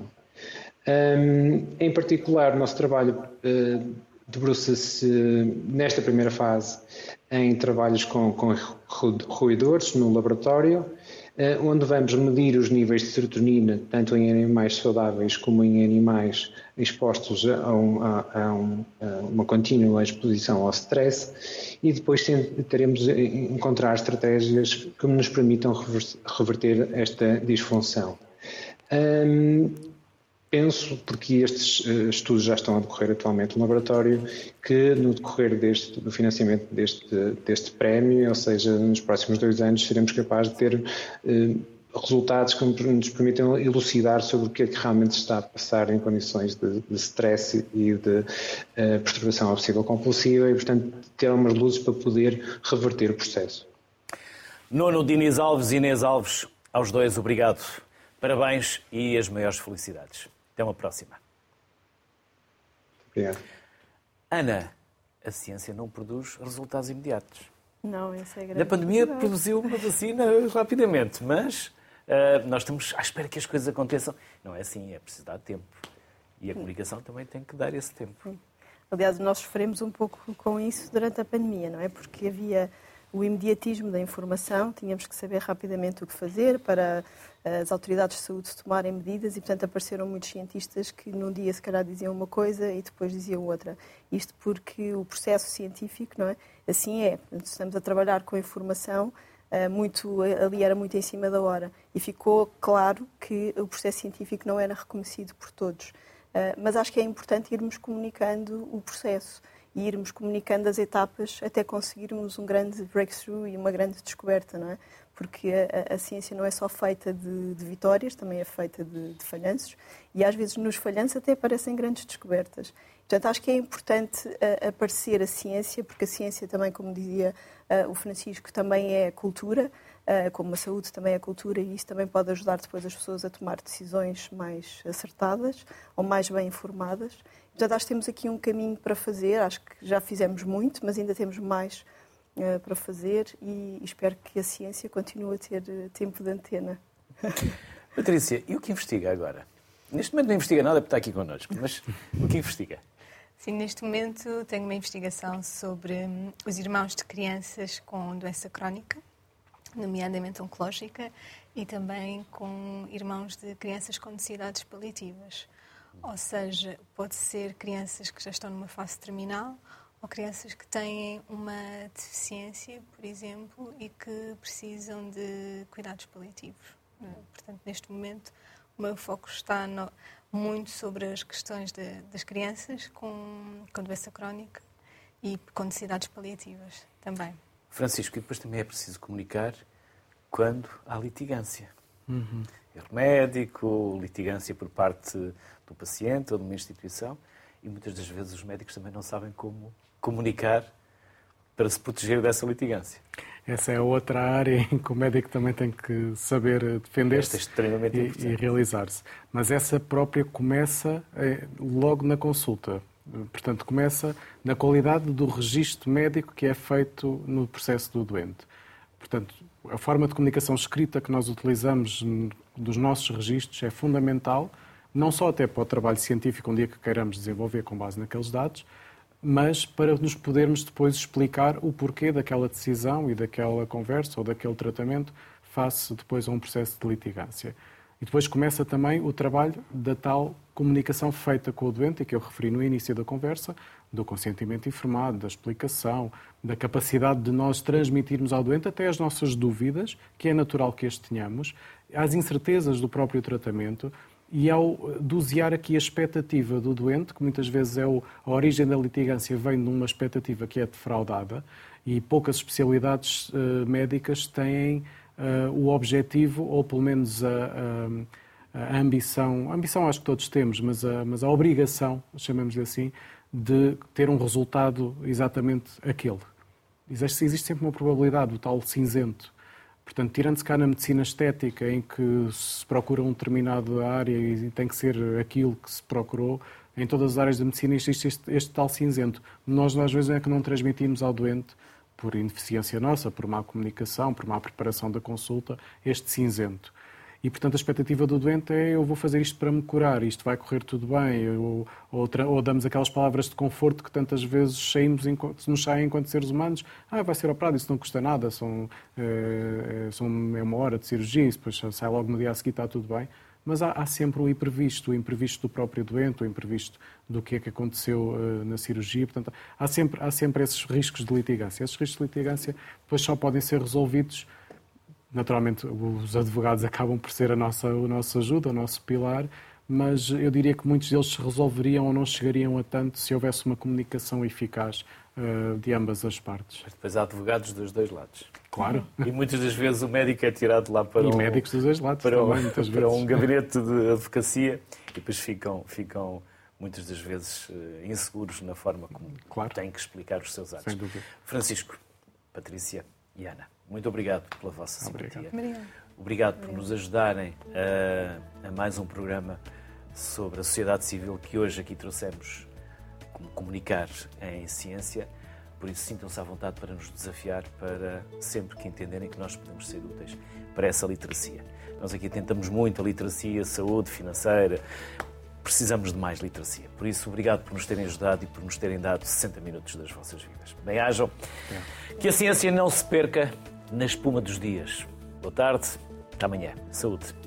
Um, em particular, o nosso trabalho uh, debruça-se, nesta primeira fase, em trabalhos com, com roedores no laboratório, onde vamos medir os níveis de serotonina, tanto em animais saudáveis como em animais expostos a, um, a, a, um, a uma contínua exposição ao stress, e depois tentaremos encontrar estratégias que nos permitam reverter esta disfunção. Um, Penso, porque estes uh, estudos já estão a decorrer atualmente no laboratório, que no decorrer deste, do financiamento deste, deste prémio, ou seja, nos próximos dois anos, seremos capazes de ter uh, resultados que nos permitam elucidar sobre o que é que realmente está a passar em condições de, de stress e de uh, perturbação obsessiva-compulsiva e, portanto, ter umas luzes para poder reverter o processo. Nuno Diniz Alves e Inês Alves, aos dois, obrigado. Parabéns e as maiores felicidades. Até uma próxima. Obrigado. Ana, a ciência não produz resultados imediatos. Não, essa é a grande Na pandemia verdade. produziu uma vacina rapidamente, mas uh, nós estamos à espera que as coisas aconteçam. Não é assim, é preciso dar tempo. E a comunicação também tem que dar esse tempo. Aliás, nós sofremos um pouco com isso durante a pandemia, não é? Porque havia o imediatismo da informação, tínhamos que saber rapidamente o que fazer para as autoridades de saúde tomarem medidas e, portanto, apareceram muitos cientistas que num dia se calhar diziam uma coisa e depois diziam outra. Isto porque o processo científico, não é? Assim é. Estamos a trabalhar com a informação, muito, ali era muito em cima da hora e ficou claro que o processo científico não era reconhecido por todos. Mas acho que é importante irmos comunicando o processo e irmos comunicando as etapas até conseguirmos um grande breakthrough e uma grande descoberta, não é? Porque a, a ciência não é só feita de, de vitórias, também é feita de, de falhanços e às vezes nos falhanços até aparecem grandes descobertas. Portanto, acho que é importante uh, aparecer a ciência, porque a ciência também, como dizia uh, o Francisco, também é cultura, uh, como a saúde também é cultura e isso também pode ajudar depois as pessoas a tomar decisões mais acertadas ou mais bem informadas. Portanto, acho que temos aqui um caminho para fazer, acho que já fizemos muito, mas ainda temos mais uh, para fazer e espero que a ciência continue a ter uh, tempo de antena. Patrícia, e o que investiga agora? Neste momento não investiga nada porque está aqui connosco, mas o que investiga? Sim, neste momento tenho uma investigação sobre hum, os irmãos de crianças com doença crónica, nomeadamente oncológica, e também com irmãos de crianças com necessidades paliativas. Ou seja, pode ser crianças que já estão numa fase terminal ou crianças que têm uma deficiência, por exemplo, e que precisam de cuidados paliativos. Portanto, neste momento, o meu foco está no, muito sobre as questões de, das crianças com, com doença crónica e com necessidades paliativas também. Francisco, e depois também é preciso comunicar quando há litigância. Uhum. Erro médico, litigância por parte do paciente ou de uma instituição, e muitas das vezes os médicos também não sabem como comunicar para se proteger dessa litigância. Essa é outra área em que o médico também tem que saber defender-se e, e realizar-se. Mas essa própria começa logo na consulta. Portanto, começa na qualidade do registro médico que é feito no processo do doente. Portanto, a forma de comunicação escrita que nós utilizamos dos nossos registros é fundamental, não só até para o trabalho científico, um dia que queiramos desenvolver com base naqueles dados, mas para nos podermos depois explicar o porquê daquela decisão e daquela conversa ou daquele tratamento face depois a um processo de litigância. E depois começa também o trabalho da tal comunicação feita com o doente, que eu referi no início da conversa, do consentimento informado, da explicação, da capacidade de nós transmitirmos ao doente até as nossas dúvidas, que é natural que as tenhamos, às incertezas do próprio tratamento, e ao dosear aqui a expectativa do doente, que muitas vezes é o, a origem da litigância vem de uma expectativa que é defraudada, e poucas especialidades uh, médicas têm uh, o objetivo, ou pelo menos a, a, a ambição, a ambição acho que todos temos, mas a, mas a obrigação, chamemos-lhe assim, de ter um resultado exatamente aquele. Existe, existe sempre uma probabilidade, o tal cinzento. Portanto, tirando-se cá na medicina estética, em que se procura uma determinada área e tem que ser aquilo que se procurou, em todas as áreas da medicina existe este, este tal cinzento. Nós, às vezes, é que não transmitimos ao doente, por ineficiência nossa, por má comunicação, por má preparação da consulta, este cinzento. E, portanto, a expectativa do doente é eu vou fazer isto para me curar, isto vai correr tudo bem, ou, ou, ou damos aquelas palavras de conforto que tantas vezes saímos, nos saem enquanto seres humanos. Ah, vai ser operado, isso não custa nada, são, é, são, é uma hora de cirurgia, depois sai logo no dia a seguir, está tudo bem. Mas há, há sempre o imprevisto, o imprevisto do próprio doente, o imprevisto do que é que aconteceu uh, na cirurgia. Portanto, há sempre, há sempre esses riscos de litigância. Esses riscos de litigância depois só podem ser resolvidos. Naturalmente, os advogados acabam por ser a nossa, a nossa ajuda, o nosso pilar, mas eu diria que muitos deles se resolveriam ou não chegariam a tanto se houvesse uma comunicação eficaz uh, de ambas as partes. Mas depois há advogados dos dois lados. Claro. E muitas das vezes o médico é tirado lá para, e um, médicos dos dois lados para, também, um, muitas para vezes. um gabinete de advocacia e depois ficam, ficam muitas das vezes inseguros na forma como claro. Têm que explicar os seus atos. Sem dúvida. Francisco, Patrícia e Ana, muito obrigado pela vossa simpatia. Obrigado. Obrigado por nos ajudarem a, a mais um programa sobre a sociedade civil que hoje aqui trouxemos como comunicar em ciência. Por isso, sintam-se à vontade para nos desafiar, para sempre que entenderem que nós podemos ser úteis para essa literacia. Nós aqui tentamos muito a literacia, saúde, financeira. Precisamos de mais literacia. Por isso, obrigado por nos terem ajudado e por nos terem dado sessenta minutos das vossas vidas. Bem-ajam. É. Que a ciência não se perca na espuma dos dias. Boa tarde. Até amanhã. Saúde.